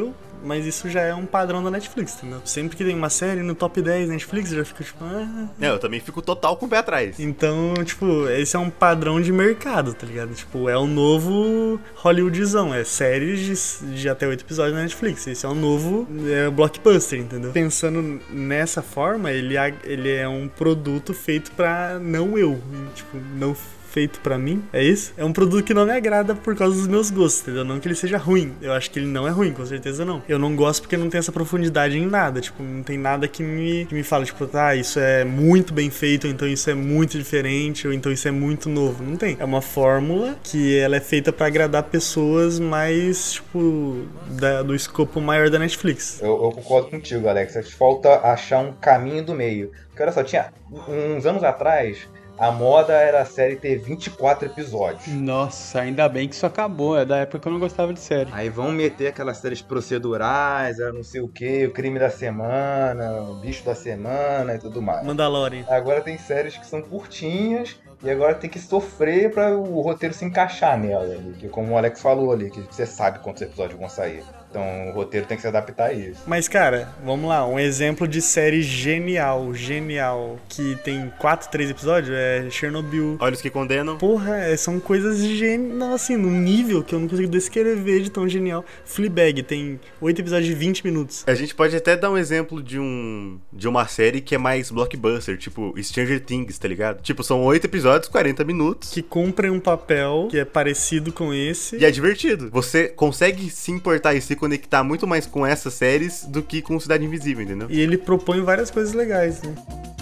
mas isso já é um padrão da Netflix, entendeu? Sempre que tem uma série no top dez Netflix, eu já fico tipo... Ah. É, eu também fico total com o pé atrás. Então, tipo, esse é um padrão de mercado, tá ligado? Tipo, é o novo Hollywoodzão, é séries de, de até oito episódios na Netflix. Esse é o novo é, blockbuster, entendeu? Pensando nessa forma, ele, ele é um produto feito pra não eu, tipo, não feito pra mim, é isso? É um produto que não me agrada por causa dos meus gostos, entendeu? Não que ele seja ruim, eu acho que ele não é ruim, com certeza não. Eu não gosto porque não tem essa profundidade em nada, tipo, não tem nada que me, que me fala, tipo, ah, isso é muito bem feito, ou então isso é muito diferente, ou então isso é muito novo. Não tem. É uma fórmula que ela é feita pra agradar pessoas mais, tipo, da, do escopo maior da Netflix. Eu, eu concordo contigo, Alex. Falta achar um caminho do meio. Porque olha só, tinha uns anos atrás... A moda era a série ter vinte e quatro episódios. Nossa, ainda bem que isso acabou. É da época que eu não gostava de série. Aí vão meter aquelas séries procedurais, não sei o que, o crime da semana, o bicho da semana e tudo mais. Mandalorian. Agora tem séries que são curtinhas e agora tem que sofrer para o roteiro se encaixar nela. Ali, que como o Alex falou ali, que você sabe quantos episódios vão sair. Então o roteiro tem que se adaptar a isso. Mas, cara, vamos lá. Um exemplo de série genial, genial, que tem quatro, três episódios, é Chernobyl. Olhos que Condenam. Porra, é, são coisas genial, assim, num nível que eu não consigo descrever de tão genial. Fleabag tem oito episódios de vinte minutos. A gente pode até dar um exemplo de um de uma série que é mais blockbuster, tipo Stranger Things, tá ligado? Tipo, são oito episódios, quarenta minutos. Que cumprem um papel que é parecido com esse. E é divertido. Você consegue se importar e se conectar muito mais com essas séries do que com Cidade Invisível, entendeu? E ele propõe várias coisas legais, né?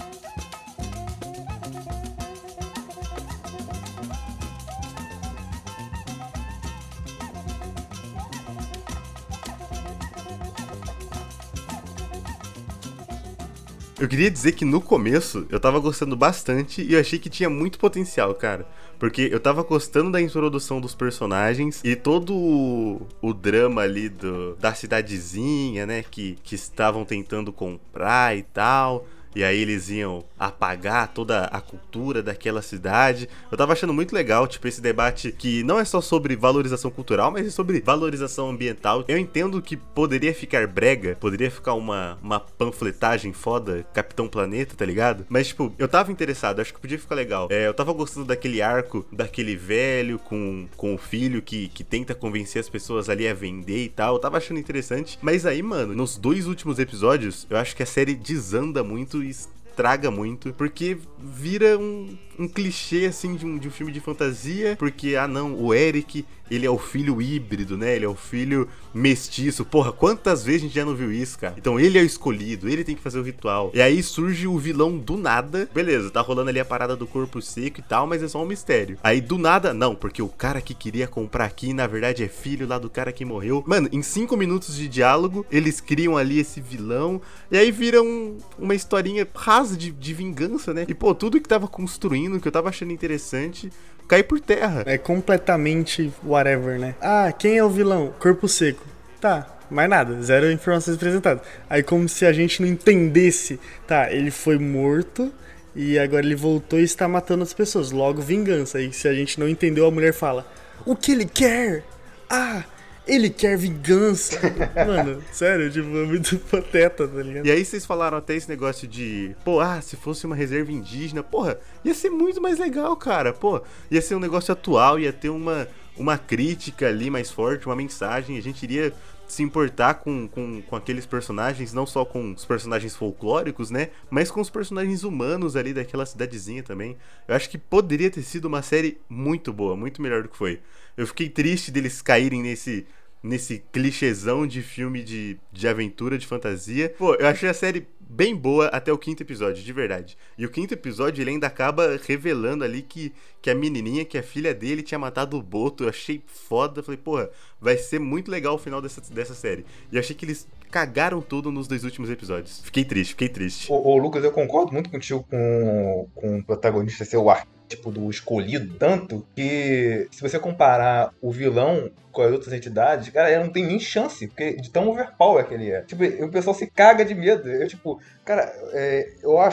Eu queria dizer que no começo eu tava gostando bastante e eu achei que tinha muito potencial, cara. Porque eu tava gostando da introdução dos personagens e todo o, o drama ali do, da cidadezinha, né? Que, que estavam tentando comprar e tal. E aí eles iam apagar toda a cultura daquela cidade. Eu tava achando muito legal, tipo, esse debate que não é só sobre valorização cultural, mas é sobre valorização ambiental. Eu entendo que poderia ficar brega, poderia ficar uma, uma panfletagem foda, Capitão Planeta, tá ligado? Mas, tipo, eu tava interessado, acho que podia ficar legal. É, eu tava gostando daquele arco, daquele velho com, com o filho que, que tenta convencer as pessoas ali a vender e tal. Eu tava achando interessante. Mas aí, mano, nos dois últimos episódios, eu acho que a série desanda muito e estraga muito, porque vira um, um clichê, assim, de um, de um filme de fantasia, porque, ah não, o Eric, ele é o filho híbrido, né, ele é o filho mestiço, porra, quantas vezes a gente já não viu isso, cara? Então ele é o escolhido, ele tem que fazer o ritual, e aí surge o vilão do nada, beleza, tá rolando ali a parada do corpo seco e tal, mas é só um mistério, aí do nada, não, porque o cara que queria comprar aqui, na verdade é filho lá do cara que morreu, mano, em cinco minutos de diálogo, eles criam ali esse vilão, e aí vira um, uma historinha rasa de, de vingança, né, e pô, tudo que tava construindo, que eu tava achando interessante, cai por terra. É completamente whatever, né? Ah, quem é o vilão? Corpo seco. Tá, mais nada, zero informações apresentadas. Aí como se a gente não entendesse, tá, ele foi morto e agora ele voltou e está matando as pessoas, logo vingança. Aí se a gente não entendeu, a mulher fala, o que ele quer? Ah, ele quer vingança. Mano, sério, tipo, é muito pateta, tá ligado? E aí vocês falaram até esse negócio de, pô, ah, se fosse uma reserva indígena, porra, ia ser muito mais legal, cara, pô, ia ser um negócio atual, ia ter uma, uma crítica ali mais forte, uma mensagem, a gente iria se importar com, com, com aqueles personagens, não só com os personagens folclóricos, né, mas com os personagens humanos ali daquela cidadezinha também. Eu acho que poderia ter sido uma série muito boa, muito melhor do que foi. Eu fiquei triste deles caírem nesse, nesse clichêzão de filme de, de aventura, de fantasia. Pô, eu achei a série bem boa até o quinto episódio, de verdade. E o quinto episódio, ele ainda acaba revelando ali que, que a menininha, que a filha dele tinha matado o Boto. Eu achei foda. Falei, porra, vai ser muito legal o final dessa, dessa série. E eu achei que eles cagaram tudo nos dois últimos episódios. Fiquei triste, fiquei triste. Ô, ô Lucas, eu concordo muito contigo com, com o protagonista ser o arquétipo do escolhido, tanto que se você comparar o vilão com as outras entidades, cara, ele não tem nem chance, porque de tão overpower que ele é. Tipo, o pessoal se caga de medo. Eu, tipo, cara, é, eu acho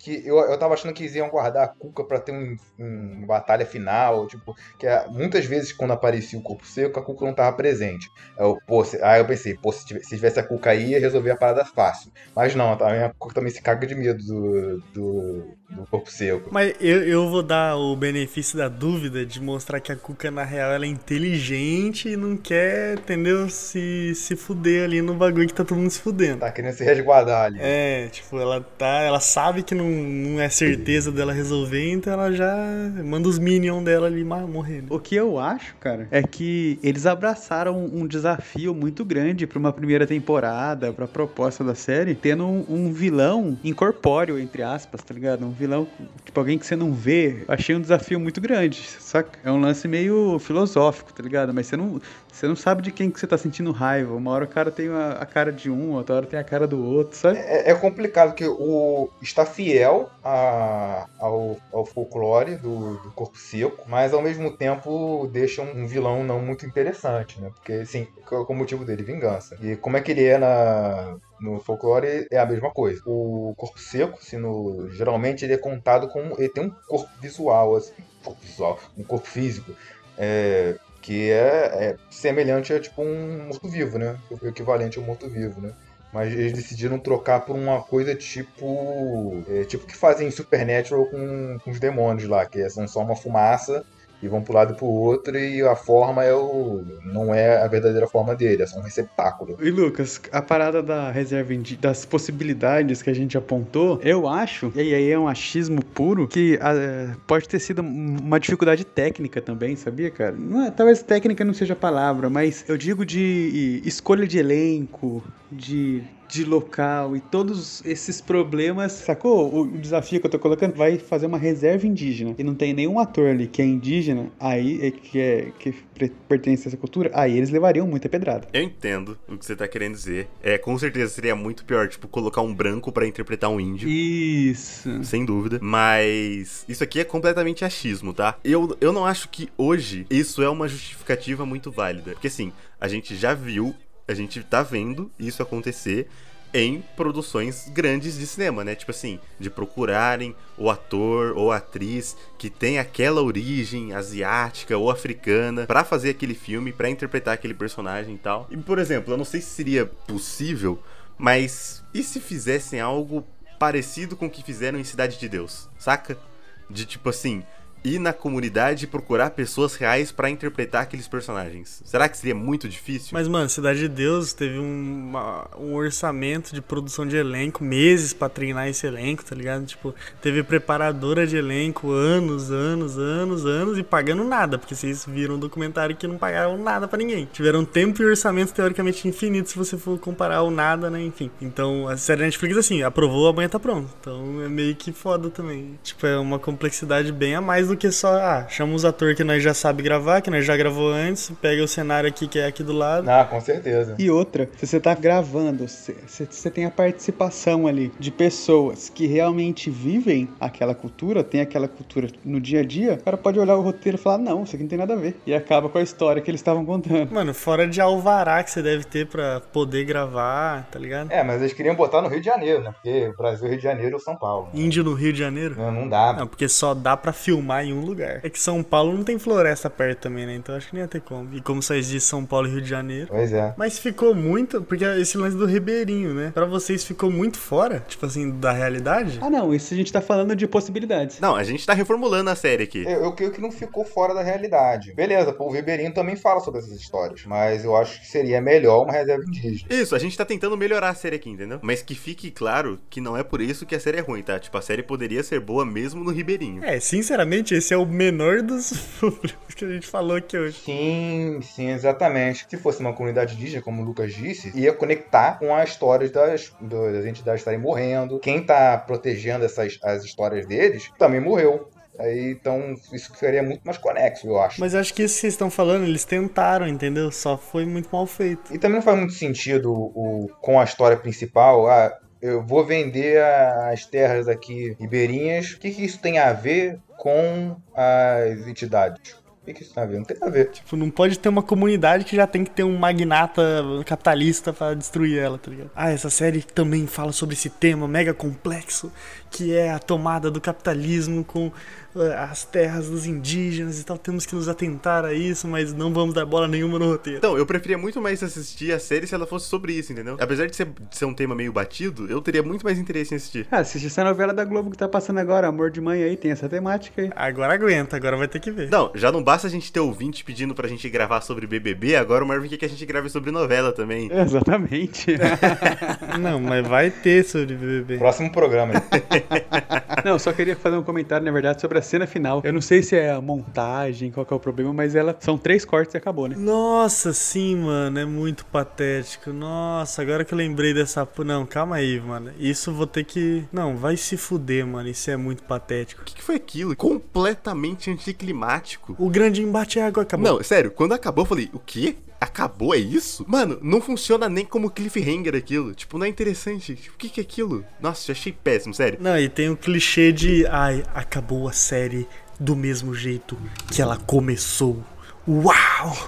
que eu, eu tava achando que eles iam guardar a Cuca pra ter um, um- uma batalha final, tipo, que é- muitas vezes quando aparecia o Corpo Seco, a Cuca não tava presente. Eu, pô, se- aí eu pensei, pô, se tivesse, se tivesse a Cuca aí, ia resolver a parada fácil. Mas não, a minha Cuca também se caga de medo do, do, do Corpo Seco. Mas eu, eu vou dar o benefício da dúvida de mostrar que a Cuca, na real, ela é inteligente e não quer, entendeu, se, se fuder ali no bagulho que tá todo mundo se fudendo. Tá querendo se resguardar ali. É, tipo, ela tá. Ela sabe que não, não é certeza dela resolver, então ela já manda os minions dela ali ma- morrer. né? O que eu acho, cara, é que eles abraçaram um desafio muito grande pra uma primeira temporada, pra proposta da série, tendo um, um vilão incorpóreo, entre aspas, tá ligado? Um vilão, tipo, alguém que você não vê. Eu achei um desafio muito grande, saca? É um lance meio filosófico, tá ligado? Mas você não, você não sabe de quem que você tá sentindo raiva. Uma hora o cara tem a, a cara de um, outra hora tem a cara do outro, sabe? É, é complicado que o está fiel a- ao, ao folclore do, do Corpo Seco, mas ao mesmo tempo deixa um, um vilão não muito interessante, né? Porque, assim, qual é o motivo dele? Vingança. E como é que ele é na, no folclore é a mesma coisa. O Corpo Seco, assim, no, geralmente ele é contado como... Ele tem um corpo visual, assim, corpo visual, um corpo físico, é, que é, é semelhante a tipo um morto-vivo, né? O equivalente ao morto-vivo, né? Mas eles decidiram trocar por uma coisa tipo... É, tipo que fazem em Supernatural com, com os demônios lá, que são só uma fumaça e vão pro lado e pro outro, e a forma é o, não é a verdadeira forma dele, é só um receptáculo. E Lucas, a parada da reserva indi- das possibilidades que a gente apontou, eu acho, e aí é um achismo puro, que ah, pode ter sido uma dificuldade técnica também, sabia, cara? Não é- talvez técnica não seja a palavra, mas eu digo de escolha de elenco, de de local e todos esses problemas, sacou? O, o desafio que eu tô colocando vai fazer uma reserva indígena e não tem nenhum ator ali que é indígena, aí é que, é, que pre- pertence a essa cultura, aí eles levariam muita pedrada. Eu entendo o que você tá querendo dizer. É, com certeza seria muito pior, tipo, colocar um branco pra interpretar um índio. Isso. Sem dúvida. Mas isso aqui é completamente achismo, tá? Eu, eu não acho que hoje isso é uma justificativa muito válida. Porque assim, a gente já viu, a gente tá vendo isso acontecer em produções grandes de cinema, né? Tipo assim, de procurarem o ator ou a atriz que tem aquela origem asiática ou africana pra fazer aquele filme, pra interpretar aquele personagem e tal. E, por exemplo, eu não sei se seria possível, mas e se fizessem algo parecido com o que fizeram em Cidade de Deus, saca? De tipo assim, ir na comunidade e procurar pessoas reais pra interpretar aqueles personagens. Será que seria muito difícil? Mas, mano, Cidade de Deus teve um, uma- um orçamento de produção de elenco, meses pra treinar esse elenco, tá ligado? Tipo, teve preparadora de elenco anos, anos, anos, anos e pagando nada, porque vocês viram um documentário que não pagaram nada pra ninguém. Tiveram tempo e orçamento teoricamente infinito se você for comparar o nada, né? Enfim. Então, a série Netflix, assim, aprovou, amanhã tá pronto. Então, é meio que foda também. Tipo, é uma complexidade bem a mais do que só, ah, chama os atores que nós já sabe gravar, que nós já gravou antes, pega o cenário aqui que é aqui do lado. Ah, com certeza. E outra, se você tá gravando, você você tem a participação ali de pessoas que realmente vivem aquela cultura, tem aquela cultura no dia a dia, o cara pode olhar o roteiro e falar, não, isso aqui não tem nada a ver. E acaba com a história que eles estavam contando. Mano, fora de alvará que você deve ter pra poder gravar, tá ligado? É, mas eles queriam botar no Rio de Janeiro, né? Porque o Brasil, Rio de Janeiro ou São Paulo. Índio no Rio de Janeiro? Não, não dá. Não, porque só dá pra filmar em um lugar. É que São Paulo não tem floresta perto também, né? Então acho que nem ia ter como. E como só existe São Paulo e Rio de Janeiro. Pois é. Mas ficou muito, porque esse lance do Ribeirinho, né? Pra vocês ficou muito fora, tipo assim, da realidade? Ah não, isso a gente tá falando de possibilidades. Não, a gente tá reformulando a série aqui. Eu, eu creio que não ficou fora da realidade. Beleza, pô, o Ribeirinho também fala sobre essas histórias, mas eu acho que seria melhor uma reserva indígena. Isso, a gente tá tentando melhorar a série aqui, entendeu? Mas que fique claro que não é por isso que a série é ruim, tá? Tipo, a série poderia ser boa mesmo no Ribeirinho. É, sinceramente, esse é o menor dos problemas que a gente falou aqui hoje. Sim, sim, exatamente. Se fosse uma comunidade indígena, como o Lucas disse, ia conectar com as histórias das, das entidades estarem morrendo. Quem tá protegendo essas, as histórias deles também morreu. Aí, então, isso ficaria muito mais conexo, eu acho. Mas eu acho que isso que vocês estão falando, eles tentaram, entendeu? Só foi muito mal feito. E também não faz muito sentido o, com a história principal. Ah, eu vou vender a- as terras aqui ribeirinhas. O que, que isso tem a ver com as entidades? O que isso tem a ver? Não tem a ver. Tipo, não pode ter uma comunidade que já tem que ter um magnata capitalista pra destruir ela, tá ligado? Ah, essa série também fala sobre esse tema mega complexo, que é a tomada do capitalismo com as terras dos indígenas e tal. Temos que nos atentar a isso, mas não vamos dar bola nenhuma no roteiro. Então, eu preferia muito mais assistir a série se ela fosse sobre isso, entendeu? Apesar de ser, de ser um tema meio batido, eu teria muito mais interesse em assistir. Ah, assiste essa novela da Globo que tá passando agora, Amor de Mãe aí, tem essa temática aí. Agora aguenta, agora vai ter que ver. Não, já não basta a gente ter ouvinte pedindo pra gente gravar sobre B B B, agora o Marvin quer que a gente grave sobre novela também. Exatamente. Não, mas vai ter sobre B B B. Próximo programa. Não, só queria fazer um comentário, na verdade, sobre a cena final. Eu não sei se é a montagem, qual que é o problema, mas ela são três cortes e acabou, né? Nossa, sim, mano, é muito patético. Nossa, agora que eu lembrei dessa... Não, calma aí, mano. Isso vou ter que... Não, vai se fuder, mano. Isso é muito patético. O que, que foi aquilo? Completamente anticlimático. O grande embate é água acabou. Não, sério, quando acabou eu falei, o quê? Acabou, é isso? Mano, não funciona nem como cliffhanger aquilo. Tipo, não é interessante. Tipo, o que que é aquilo? Nossa, eu achei péssimo, sério. Não, e tem o clichê de... Ai, acabou a série do mesmo jeito que ela começou. Uau!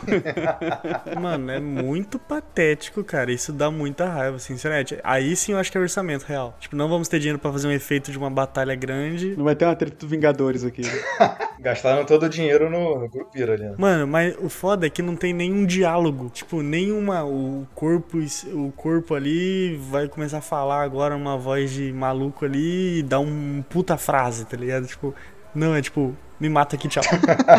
Mano, é muito patético, cara. Isso dá muita raiva, sinceramente. Aí sim eu acho que é orçamento real. Tipo, não vamos ter dinheiro pra fazer um efeito de uma batalha grande. Não vai ter uma treta dos Vingadores aqui. Gastaram todo o dinheiro no, no grupo ali, né? Mano, mas o foda é que não tem nenhum diálogo. Tipo, nenhuma... O corpo, o corpo ali vai começar a falar agora uma voz de maluco ali e dar um puta frase, tá ligado? Tipo... Não, é tipo, me mata aqui, tchau.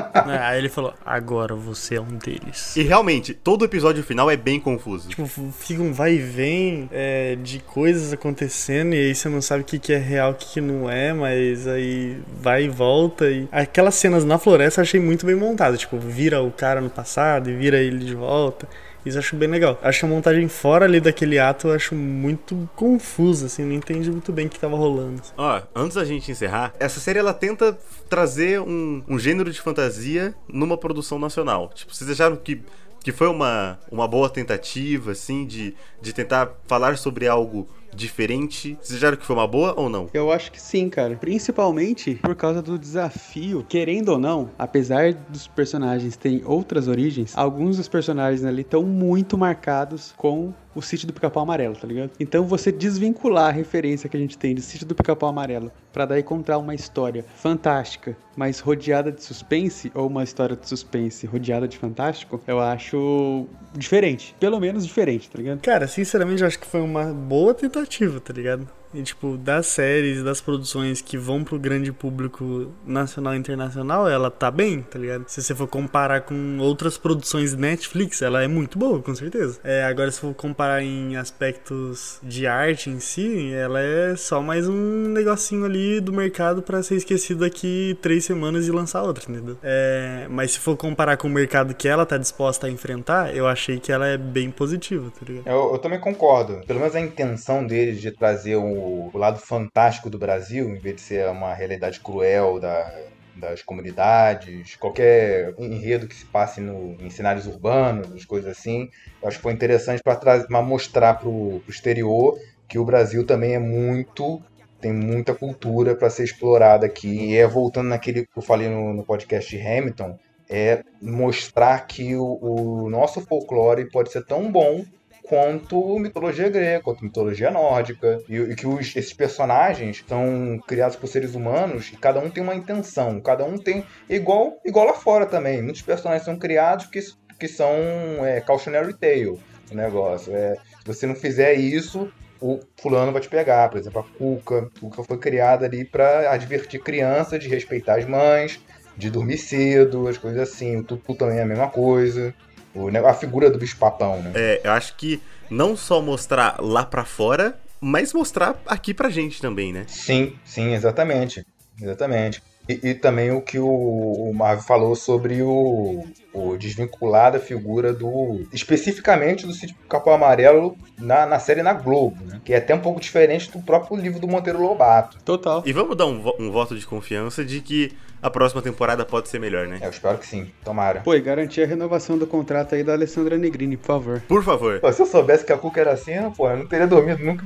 Aí ele falou, agora você é um deles. E realmente, todo episódio final é bem confuso. Tipo, fica um vai e vem é, de coisas acontecendo, e aí você não sabe o que, que é real, o que, que não é, mas aí vai e volta. E... Aquelas cenas na floresta eu achei muito bem montadas. Tipo, vira o cara no passado e vira ele de volta. Isso eu acho bem legal. Acho a montagem fora ali daquele ato, eu acho muito confusa, assim, não entendi muito bem o que tava rolando. Ó, antes da gente encerrar, essa série ela tenta trazer um, um gênero de fantasia numa produção nacional. Tipo, vocês acharam que, que foi uma, uma boa tentativa, assim, de, de tentar falar sobre algo diferente? Vocês acharam que foi uma boa ou não? Eu acho que sim, cara. Principalmente por causa do desafio. Querendo ou não, apesar dos personagens terem outras origens, alguns dos personagens ali estão muito marcados com o Sítio do Pica-Pau Amarelo, tá ligado? Então você desvincular a referência que a gente tem de Sítio do Pica-Pau Amarelo pra daí contar uma história fantástica, mas rodeada de suspense, ou uma história de suspense rodeada de fantástico, eu acho diferente. Pelo menos diferente, tá ligado? Cara, sinceramente eu acho que foi uma boa tentativa, tá ligado? E, tipo, das séries, das produções que vão pro grande público nacional e internacional, ela tá bem, tá ligado? Se você for comparar com outras produções Netflix, ela é muito boa, com certeza. É, agora, se for comparar em aspectos de arte em si, ela é só mais um negocinho ali do mercado pra ser esquecido daqui três semanas e lançar outra, entendeu? É, mas se for comparar com o mercado que ela tá disposta a enfrentar, eu achei que ela é bem positiva, tá ligado? Eu, eu também concordo. Pelo menos a intenção deles de trazer um o lado fantástico do Brasil, em vez de ser uma realidade cruel da, das comunidades, qualquer enredo que se passe no, em cenários urbanos, coisas assim, eu acho que foi interessante para mostrar para o exterior que o Brasil também é muito, tem muita cultura para ser explorada aqui. E é voltando naquele que eu falei no, no podcast de Hamilton, é mostrar que o, o nosso folclore pode ser tão bom quanto mitologia grega, quanto mitologia nórdica, e, e que os, esses personagens são criados por seres humanos e cada um tem uma intenção, cada um tem, igual, igual lá fora também, muitos personagens são criados que, que são é, cautionary tale, o negócio, é, se você não fizer isso, o fulano vai te pegar, por exemplo, a Cuca, a Cuca foi criada ali para advertir crianças de respeitar as mães, de dormir cedo, as coisas assim, o Tutu também é a mesma coisa. A figura do bicho-papão, né? É, eu acho que não só mostrar lá pra fora, mas mostrar aqui pra gente também, né? Sim, sim, exatamente. Exatamente. E, e também o que o, o Marvel falou sobre o, o desvincular da figura do... especificamente do Sítio do Pica-Pau Amarelo na, na série na Globo, né? Que é até um pouco diferente do próprio livro do Monteiro Lobato. Total. E vamos dar um, um voto de confiança de que a próxima temporada pode ser melhor, né? É, eu espero que sim. Tomara. Pô, e garantir a renovação do contrato aí da Alessandra Negrini, por favor. Por favor. Pô, se eu soubesse que a Cuca era assim, pô, eu não teria dormido nunca.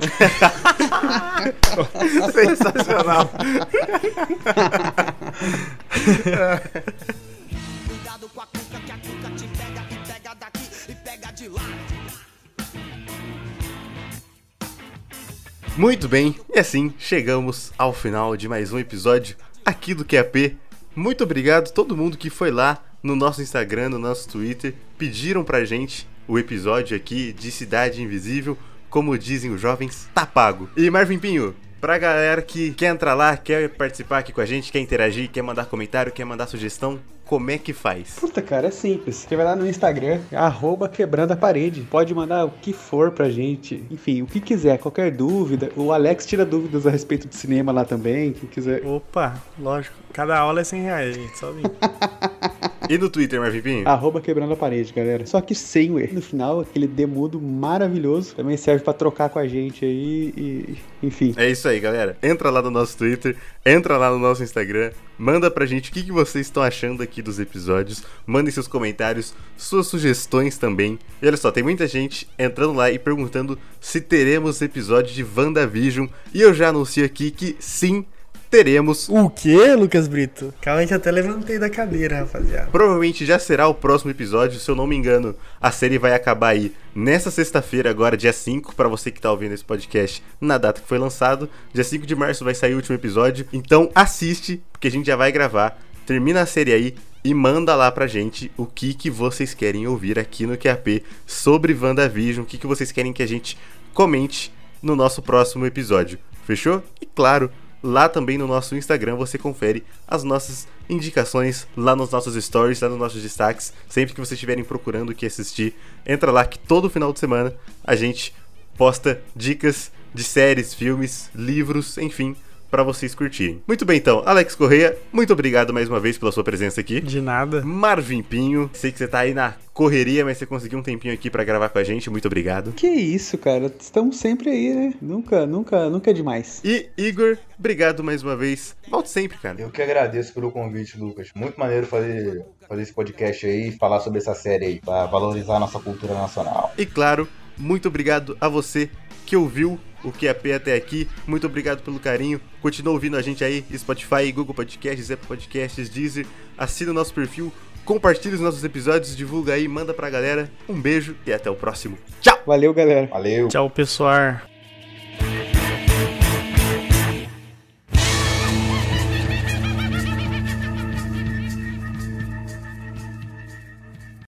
Sensacional. Cuidado a cuca que a cuca te pega e pega daqui e pega de lá. Muito bem, e assim chegamos ao final de mais um episódio aqui do Q A P. Muito obrigado a todo mundo que foi lá no nosso Instagram, no nosso Twitter, pediram pra gente o episódio aqui de Cidade Invisível. Como dizem os jovens, tá pago. E Marvin Pinho, pra galera que quer entrar lá, quer participar aqui com a gente, quer interagir, quer mandar comentário, quer mandar sugestão, como é que faz? Puta, cara, é simples. Você vai lá no Instagram, arroba quebrando a parede. Pode mandar o que for pra gente. Enfim, o que quiser, qualquer dúvida. O Alex tira dúvidas a respeito do cinema lá também, quem quiser. Opa, lógico. Cada aula é cem reais, gente. Só vim. E no Twitter, Marvin Pinho? Arroba quebrando a parede, galera. Só que sem o E. No final, aquele demudo maravilhoso. Também serve pra trocar com a gente aí e... Enfim. É isso aí, galera. Entra lá no nosso Twitter, entra lá no nosso Instagram, manda pra gente o que, que vocês estão achando aqui dos episódios, mandem seus comentários, suas sugestões também. E olha só, tem muita gente entrando lá e perguntando se teremos episódio de WandaVision. E eu já anuncio aqui que sim, teremos. O quê, Lucas Brito? Calma aí que eu até levantei da cadeira, rapaziada. Provavelmente já será o próximo episódio, se eu não me engano. A série vai acabar aí nessa sexta-feira, agora dia cinco, pra você que tá ouvindo esse podcast na data que foi lançado. Dia cinco de março vai sair o último episódio. Então assiste, porque a gente já vai gravar. Termina a série aí e manda lá pra gente o que, que vocês querem ouvir aqui no Q A P sobre WandaVision, o que, que vocês querem que a gente comente no nosso próximo episódio. Fechou? E claro, lá também no nosso Instagram você confere as nossas indicações, lá nos nossos stories, lá nos nossos destaques. Sempre que vocês estiverem procurando o que assistir, entra lá que todo final de semana a gente posta dicas de séries, filmes, livros, enfim, pra vocês curtirem. Muito bem, então, Alex Correia, muito obrigado mais uma vez pela sua presença aqui. De nada. Marvin Pinho, sei que você tá aí na correria, mas você conseguiu um tempinho aqui pra gravar com a gente, muito obrigado. Que isso, cara. Estamos sempre aí, né? Nunca, nunca, nunca é demais. E Igor, obrigado mais uma vez. Volte sempre, cara. Eu que agradeço pelo convite, Lucas. Muito maneiro fazer, fazer esse podcast aí e falar sobre essa série aí, pra valorizar a nossa cultura nacional. E claro, muito obrigado a você que ouviu o Q A P até aqui. Muito obrigado pelo carinho. Continua ouvindo a gente aí, Spotify, Google Podcasts, Apple Podcasts, Deezer. Assina o nosso perfil, compartilha os nossos episódios, divulga aí, manda pra galera. Um beijo e até o próximo. Tchau! Valeu, galera. Valeu. Tchau, pessoal.